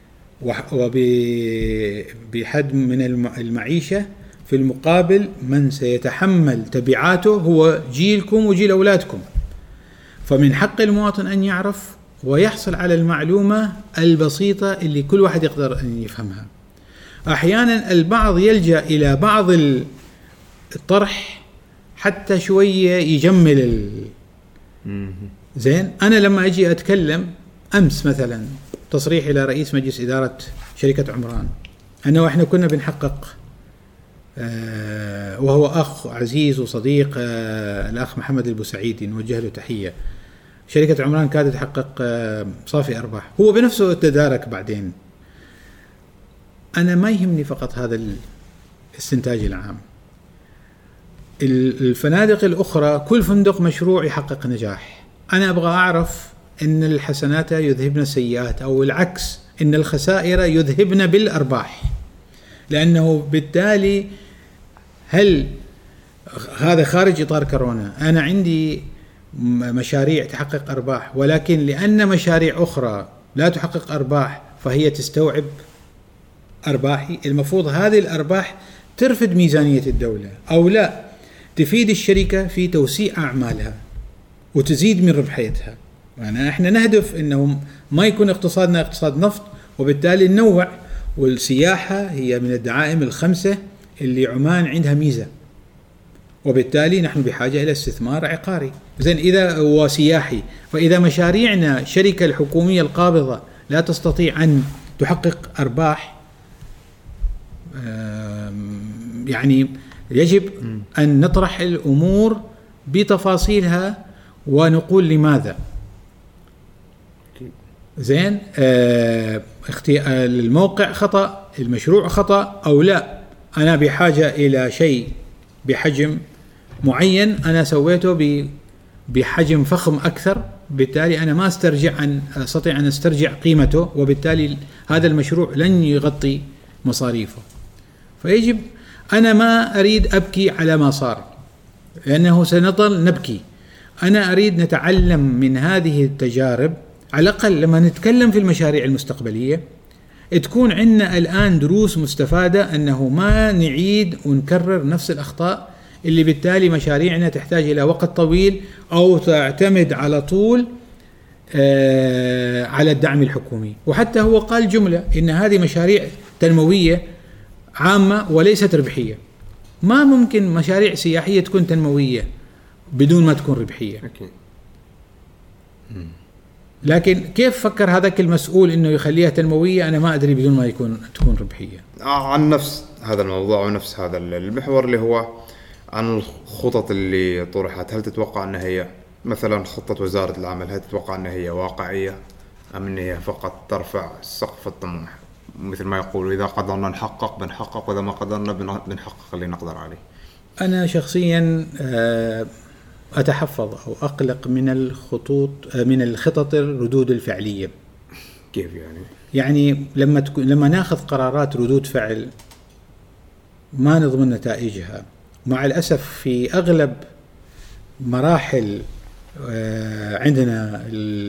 وبحد من المعيشة، في المقابل من سيتحمل تبعاته هو جيلكم وجيل أولادكم. فمن حق المواطن أن يعرف ويحصل على المعلومة البسيطة اللي كل واحد يقدر أن يفهمها. أحيانا البعض يلجأ إلى بعض الطرح حتى شوية يجمل زين. أنا لما أجي أتكلم أمس مثلا تصريح إلى رئيس مجلس إدارة شركة عمران، أنه إحنا كنا بنحقق، وهو أخ عزيز وصديق الأخ محمد البوسعيدي، نوجه له تحية. شركة عمران كانت تحقق صافي أرباح، هو بنفسه تدارك بعدين. أنا ما يهمني فقط هذا الاستنتاج العام. الفنادق الأخرى كل فندق مشروع يحقق نجاح. أنا أبغى أعرف إن الحسنات يذهبن السيئات، أو العكس، إن الخسائر يذهبن بالأرباح. لأنه بالتالي هل هذا خارج إطار كورونا؟ أنا عندي مشاريع تحقق أرباح، ولكن لأن مشاريع أخرى لا تحقق أرباح فهي تستوعب أرباحي. المفروض هذه الأرباح ترفد ميزانية الدولة، أو لا تفيد الشركة في توسيع أعمالها وتزيد من ربحيتها. يعني احنا نهدف انه ما يكون اقتصادنا اقتصاد نفط، وبالتالي ننوع. والسياحة هي من الدعائم الخمسة اللي عمان عندها ميزة، وبالتالي نحن بحاجة إلى استثمار عقاري. زين، إذا هو سياحي، فإذا مشاريعنا الشركة الحكومية القابضة لا تستطيع أن تحقق أرباح، يعني يجب أن نطرح الأمور بتفاصيلها ونقول لماذا. زين، الموقع خطأ، المشروع خطأ، أو لا أنا بحاجة إلى شيء بحجم معين أنا سويته بحجم فخم أكثر، بالتالي أنا ما أستطيع أن أسترجع قيمته، وبالتالي هذا المشروع لن يغطي مصاريفه. فيجب، أنا ما أريد أبكي على ما صار، لأنه سنظل نبكي. أنا أريد نتعلم من هذه التجارب، على الأقل لما نتكلم في المشاريع المستقبلية تكون عندنا الآن دروس مستفادة، أنه ما نعيد ونكرر نفس الأخطاء اللي بالتالي مشاريعنا تحتاج إلى وقت طويل أو تعتمد على طول على الدعم الحكومي. وحتى هو قال جملة إن هذه مشاريع تنموية عامة وليست ربحية. ما ممكن مشاريع سياحية تكون تنموية بدون ما تكون ربحية. لكن كيف فكر هذاك المسؤول إنه يخليها تنموية؟ أنا ما أدري بدون ما تكون ربحية. عن نفس هذا الموضوع ونفس هذا المحور اللي هو عن الخطط اللي طرحت، هل تتوقع أن هي مثلا خطة وزارة العمل، هل تتوقع أن هي واقعية أم أن هي فقط ترفع سقف الطموح؟ مثل ما يقولوا إذا قدرنا نحقق بنحقق، وإذا ما قدرنا بنحقق اللي نقدر عليه. أنا شخصيا أتحفظ أو أقلق من الخطط الردود الفعلية. كيف يعني؟ يعني لما ناخذ قرارات ردود فعل ما نضمن نتائجها. مع الأسف في أغلب مراحل عندنا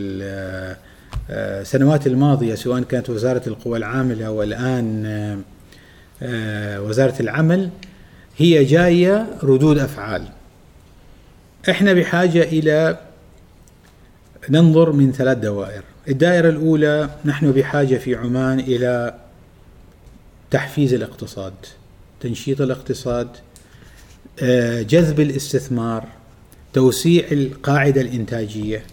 السنوات الماضية، سواء كانت وزارة القوى العاملة والآن وزارة العمل، هي جاية ردود أفعال. إحنا بحاجة إلى ننظر من 3 دوائر. الدائرة الأولى، نحن بحاجة في عمان إلى تحفيز الاقتصاد، تنشيط الاقتصاد، جذب الاستثمار، توسيع القاعدة الإنتاجية،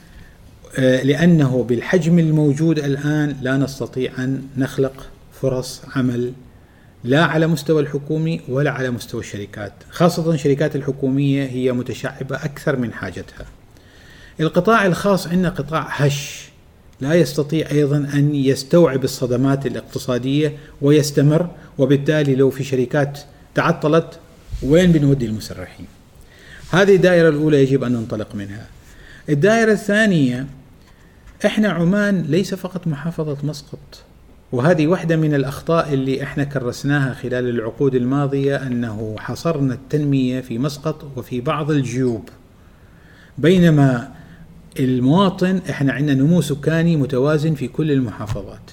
لأنه بالحجم الموجود الآن لا نستطيع أن نخلق فرص عمل لا على مستوى الحكومي ولا على مستوى الشركات، خاصة الشركات الحكومية هي متشعبة أكثر من حاجتها. القطاع الخاص عندنا قطاع هش، لا يستطيع أيضا أن يستوعب الصدمات الاقتصادية ويستمر، وبالتالي لو في شركات تعطلت وين بنودي المسرحين؟ هذه الدائرة الأولى يجب أن ننطلق منها. الدائرة الثانية، إحنا عمان ليس فقط محافظة مسقط، وهذه واحدة من الأخطاء اللي إحنا كرسناها خلال العقود الماضية، أنه حصرنا التنمية في مسقط وفي بعض الجيوب، بينما المواطن إحنا عندنا نمو سكاني متوازن في كل المحافظات.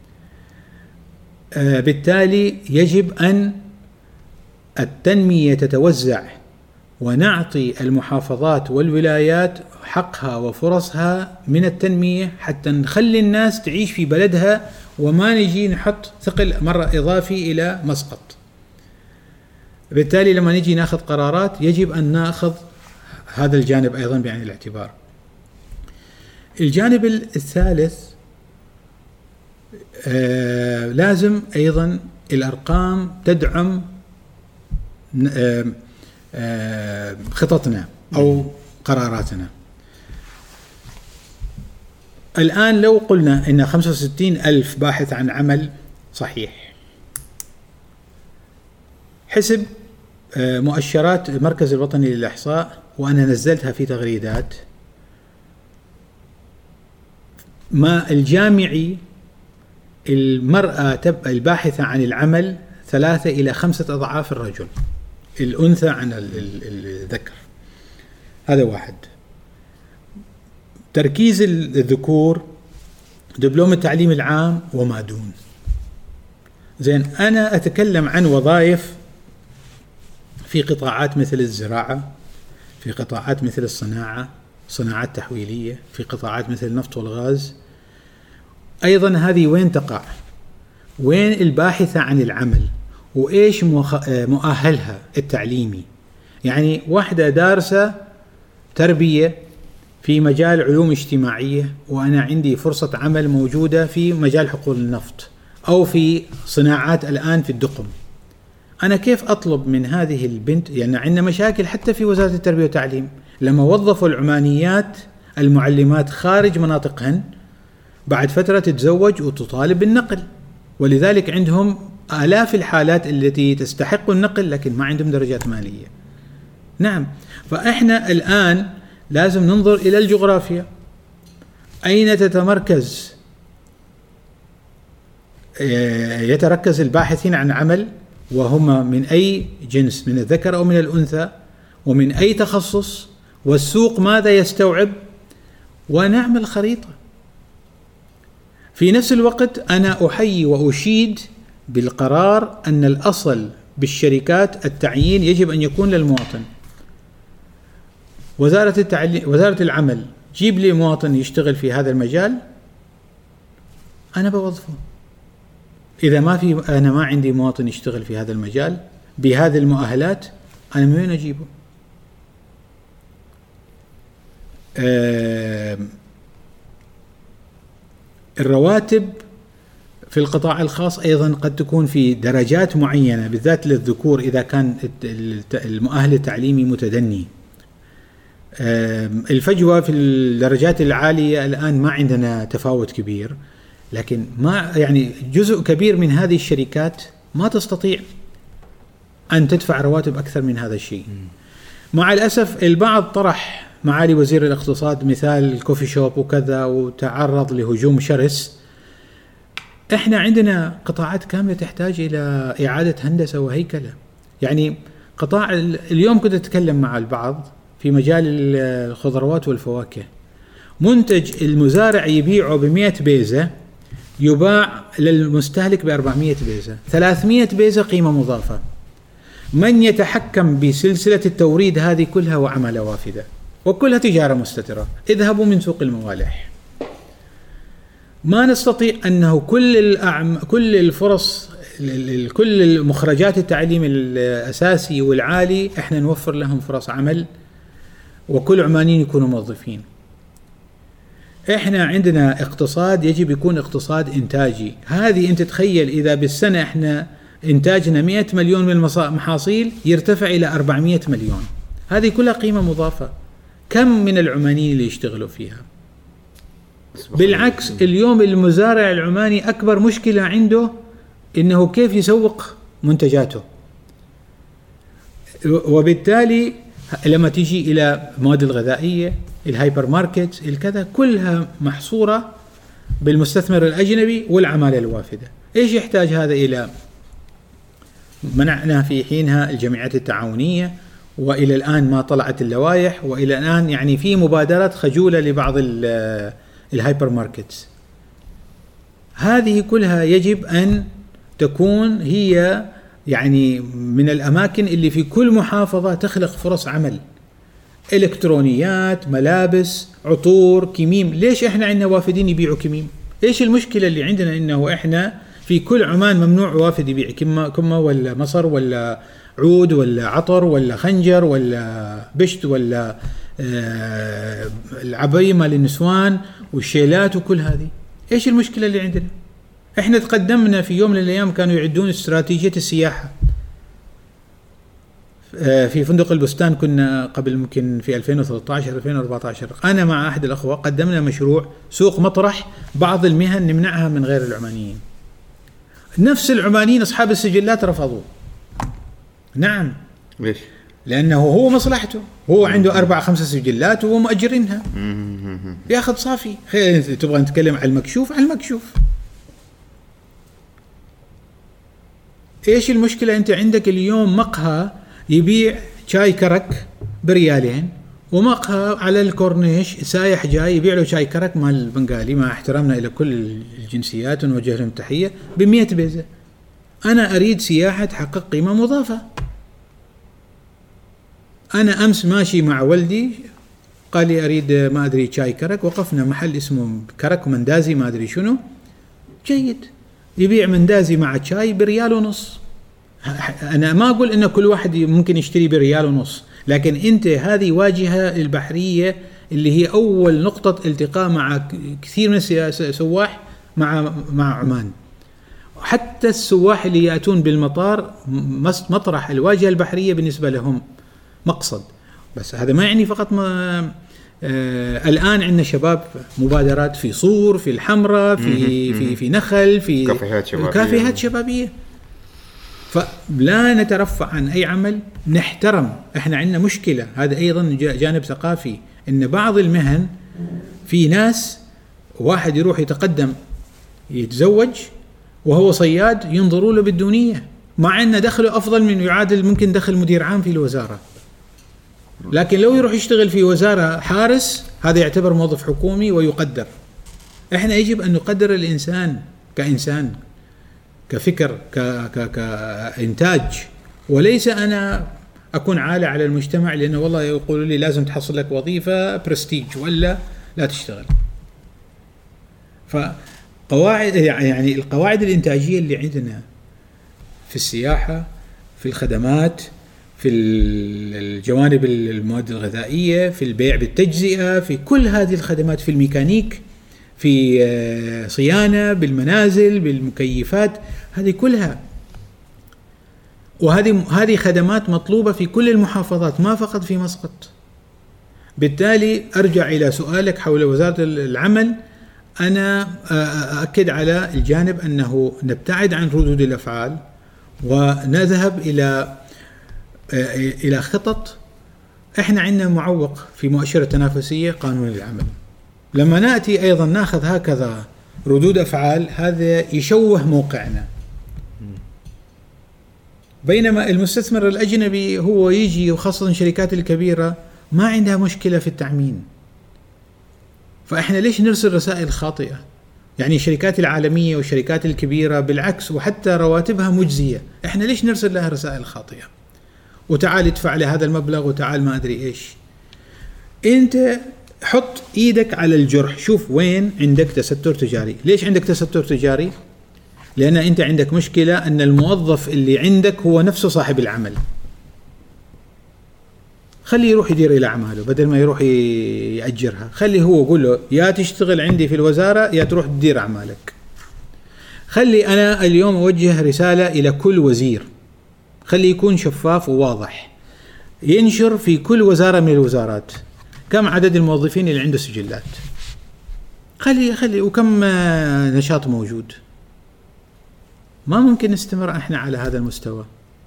بالتالي يجب أن التنمية تتوزع ونعطي المحافظات والولايات حقها وفرصها من التنمية، حتى نخلي الناس تعيش في بلدها وما نجي نحط ثقل مرة إضافي إلى مسقط. بالتالي لما نجي ناخذ قرارات يجب أن ناخذ هذا الجانب أيضا بعين الاعتبار. الجانب الثالث، لازم أيضا الأرقام تدعم خططنا أو قراراتنا. الآن لو قلنا إن 65,000 باحث عن عمل، صحيح، حسب مؤشرات المركز الوطني للإحصاء، وأنا نزلتها في تغريدات، ما الجامعي المرأة تبقى الباحثة عن العمل 3 إلى 5 أضعاف الرجل، الأنثى عن الذكر. هذا واحد. تركيز الذكور دبلوم التعليم العام وما دون. زين، أنا أتكلم عن وظائف في قطاعات مثل الزراعة، في قطاعات مثل الصناعة، صناعات تحويلية، في قطاعات مثل النفط والغاز. أيضا هذه وين تقع؟ وين الباحثة عن العمل؟ وإيش مؤهلها التعليمي؟ يعني واحدة دارسة تربية في مجال علوم اجتماعية، وأنا عندي فرصة عمل موجودة في مجال حقول النفط أو في صناعات الآن في الدقم، أنا كيف أطلب من هذه البنت؟ يعني عندنا مشاكل حتى في وزارة التربية والتعليم، لما وظفوا العمانيات المعلمات خارج مناطقهن بعد فترة تتزوج وتطالب بالنقل، ولذلك عندهم آلاف الحالات التي تستحق النقل لكن ما عندهم درجات مالية. نعم، فإحنا الآن لازم ننظر إلى الجغرافيا، أين يتركز الباحثين عن عمل، وهم من أي جنس، من الذكر أو من الأنثى، ومن أي تخصص، والسوق ماذا يستوعب، ونعمل خريطة. في نفس الوقت أنا أحيي وأشيد بالقرار أن الأصل بالشركات التعيين يجب أن يكون للمواطن. وزارة العمل جيب لي مواطن يشتغل في هذا المجال أنا بوظفه. إذا أنا ما عندي مواطن يشتغل في هذا المجال بهذه المؤهلات، أنا من وين أجيبه؟ الرواتب في القطاع الخاص أيضا قد تكون في درجات معينة بالذات للذكور إذا كان المؤهل التعليمي متدني. الفجوة في الدرجات العالية الآن ما عندنا تفاوت كبير، لكن ما يعني جزء كبير من هذه الشركات ما تستطيع أن تدفع رواتب أكثر من هذا الشيء. مع الأسف البعض طرح معالي وزير الاقتصاد مثال الكوفي شوب وكذا وتعرض لهجوم شرس. احنا عندنا قطاعات كاملة تحتاج إلى إعادة هندسة وهيكلة. يعني قطاع اليوم كنت أتكلم مع البعض في مجال الخضروات والفواكه، منتج المزارع يبيعه ب100 بيزة يباع للمستهلك ب400 بيزة، 300 بيزة قيمة مضافة. من يتحكم بسلسلة التوريد هذه كلها وعمل وافدة وكلها تجارة مستترة. اذهبوا من سوق الموالح. ما نستطيع أنه كل الفرص كل المخرجات التعليم الأساسي والعالي احنا نوفر لهم فرص عمل وكل عمانيين يكونوا موظفين. احنا عندنا اقتصاد يجب يكون اقتصاد انتاجي. هذه انت تخيل اذا بالسنة احنا انتاجنا 100 مليون من المحاصيل يرتفع الى 400 مليون، هذه كلها قيمة مضافة. كم من العمانيين اللي يشتغلوا فيها؟ بالعكس اليوم المزارع العماني اكبر مشكلة عنده انه كيف يسوق منتجاته، وبالتالي لما تيجي الى المواد الغذائية الهايبر ماركت الكذا كلها محصورة بالمستثمر الأجنبي والعمالة الوافدة. إيش يحتاج هذا؟ إلى منعنا في حينها الجمعيات التعاونية، وإلى الآن ما طلعت اللوائح، وإلى الآن يعني في مبادرات خجولة لبعض الهايبر ماركتس. هذه كلها يجب أن تكون هي يعني من الأماكن اللي في كل محافظة تخلق فرص عمل. إلكترونيات، ملابس، عطور، كميم. ليش إحنا عندنا وافدين يبيعوا كميم؟ إيش المشكلة اللي عندنا إنه إحنا في كل عمان ممنوع وافد يبيع كمة ولا مصر ولا عود ولا عطر ولا خنجر ولا بشت ولا العباية للنسوان والشيلات وكل هذه؟ إيش المشكلة اللي عندنا؟ إحنا تقدمنا في يوم من الأيام كانوا يعدون استراتيجية السياحة في فندق البستان، كنا قبل ممكن في 2013-2014 أنا مع أحد الأخوة قدمنا مشروع سوق مطرح بعض المهن نمنعها من غير العمانيين. نفس العمانيين أصحاب السجلات رفضوا. نعم. ليش؟ لأنه هو مصلحته، هو عنده 4-5 سجلات وهو مؤجرينها ياخذ صافي. خير تبغى نتكلم على المكشوف، على المكشوف. إيش المشكلة؟ أنت عندك اليوم مقهى يبيع شاي كرك ب2 ومقهى على الكورنيش سايح جاي يبيع له شاي كرك مال البنغالي، مع احترامنا إلى كل الجنسيات ونوجه لهم تحية، ب100 بيزة. أنا أريد سياحة تحقق قيمة مضافة. أنا أمس ماشي مع ولدي قال لي أريد ما أدري شاي كرك، وقفنا محل اسمه كرك مندازي ما أدري شنو، جيد، يبيع مندازي مع شاي ب1.50 ريال. أنا ما أقول إن كل واحد ممكن يشتري ب1.50 ريال، لكن أنت هذه واجهة البحرية اللي هي أول نقطة التقاء مع كثير من السواح مع عمان. حتى السواح اللي يأتون بالمطار مطرح الواجهة البحرية بالنسبة لهم مقصد. بس هذا ما يعني فقط الآن عندنا شباب مبادرات في صور، في الحمراء، في نخل، في كافيهات شبابية. فلا نترفع عن أي عمل، نحترم. احنا عندنا مشكلة، هذا أيضا جانب ثقافي، إن بعض المهن في ناس واحد يروح يتقدم يتزوج وهو صياد ينظروا له بالدونية، مع أن دخله أفضل من يعادل ممكن دخل مدير عام في الوزارة. لكن لو يروح يشتغل في وزارة حارس هذا يعتبر موظف حكومي ويقدر. احنا يجب أن نقدر الإنسان كإنسان، كفكر، كإنتاج، وليس أنا أكون عالة على المجتمع لأنه والله يقولوا لي لازم تحصل لك وظيفة برستيج ولا لا تشتغل. فقواعد يعني القواعد الإنتاجية اللي عندنا في السياحة، في الخدمات، في الجوانب المواد الغذائية، في البيع بالتجزئة، في كل هذه الخدمات، في الميكانيك، في صيانة بالمنازل بالمكيفات، هذه كلها. وهذه خدمات مطلوبة في كل المحافظات ما فقط في مسقط. بالتالي أرجع إلى سؤالك حول وزارة العمل، أنا أأكد على الجانب أنه نبتعد عن ردود الأفعال ونذهب إلى خطط. إحنا عندنا معوق في مؤشر التنافسية قانون العمل، لما نأتي أيضا نأخذ هكذا ردود أفعال هذا يشوه موقعنا. بينما المستثمر الأجنبي هو يجي، وخاصة الشركات الكبيرة ما عندها مشكلة في التعمين. فإحنا ليش نرسل رسائل خاطئة؟ يعني الشركات العالمية والشركات الكبيرة بالعكس وحتى رواتبها مجزية، إحنا ليش نرسل لها رسائل خاطئة؟ وتعال ادفع لهذا المبلغ وتعال ما أدري إيش. أنت حط إيدك على الجرح، شوف وين عندك تستر تجاري. ليش عندك تستر تجاري؟ لأن أنت عندك مشكلة أن الموظف اللي عندك هو نفسه صاحب العمل. خليه يروح يدير إلى أعماله بدل ما يروح يأجرها. خليه هو يقول له يا تشتغل عندي في الوزارة يا تروح تدير أعمالك. خلي أنا اليوم أوجه رسالة إلى كل وزير، خليه يكون شفاف وواضح، ينشر في كل وزارة من الوزارات كم عدد الموظفين اللي عنده سجلات، خلي وكم نشاط موجود. ما ممكن نستمر احنا على هذا المستوى.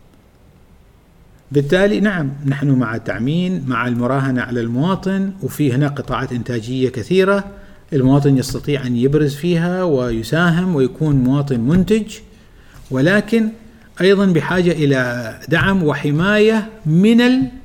بالتالي نعم نحن مع التعمين، مع المراهنة على المواطن، وفي هنا قطاعات إنتاجية كثيرة المواطن يستطيع أن يبرز فيها ويساهم ويكون مواطن منتج، ولكن أيضا بحاجة إلى دعم وحماية من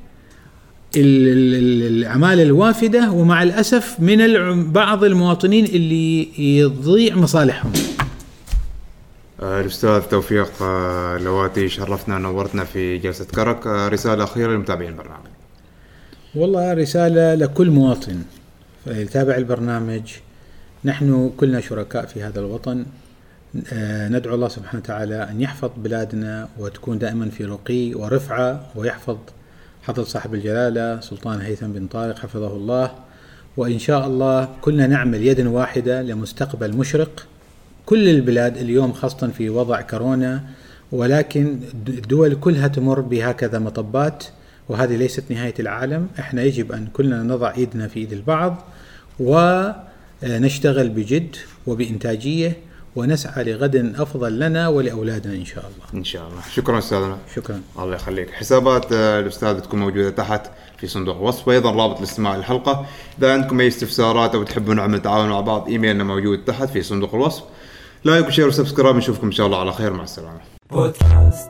العمالة الوافدة، ومع الأسف من بعض المواطنين اللي يضيع مصالحهم. الأستاذ توفيق لواتي، شرفتنا ونورتنا في جلسة كرك. رسالة أخيرة للمتابعين البرنامج. والله رسالة لكل مواطن يتابع البرنامج، نحن كلنا شركاء في هذا الوطن. ندعو الله سبحانه وتعالى أن يحفظ بلادنا وتكون دائما في رقي ورفعة، ويحفظ حضرة صاحب الجلالة سلطان هيثم بن طارق حفظه الله. وإن شاء الله كلنا نعمل يد واحدة لمستقبل مشرق. كل البلاد اليوم خاصة في وضع كورونا، ولكن الدول كلها تمر بهكذا مطبات، وهذه ليست نهاية العالم. احنا يجب أن كلنا نضع ايدنا في ايد البعض ونشتغل بجد وبإنتاجية، ونسعى لغد أفضل لنا ولأولادنا إن شاء الله. إن شاء الله. شكرا أستاذنا. شكرا. الله يخليك. حسابات الأستاذ تكون موجودة تحت في صندوق الوصف، وأيضا رابط الاستماع للحلقة. إذا عندكم أي استفسارات أو تحبون نعمل تعاون مع بعض، إيميلنا موجود تحت في صندوق الوصف. لايك وشير وسبسكرايب. نشوفكم إن شاء الله على خير. مع السلامة. بودكاست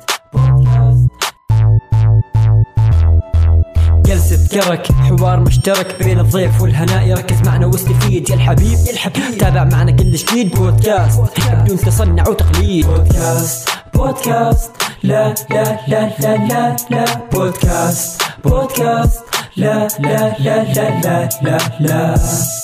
جلسة كرك، حوار مشترك بين الضيف والهناء. يركز معنا واستفيد يا الحبيب تابع معنا كل جديد. بودكاست بدون تصنع وتقليد. بودكاست لا لا لا لا لا لا. بودكاست لا لا لا لا لا لا لا.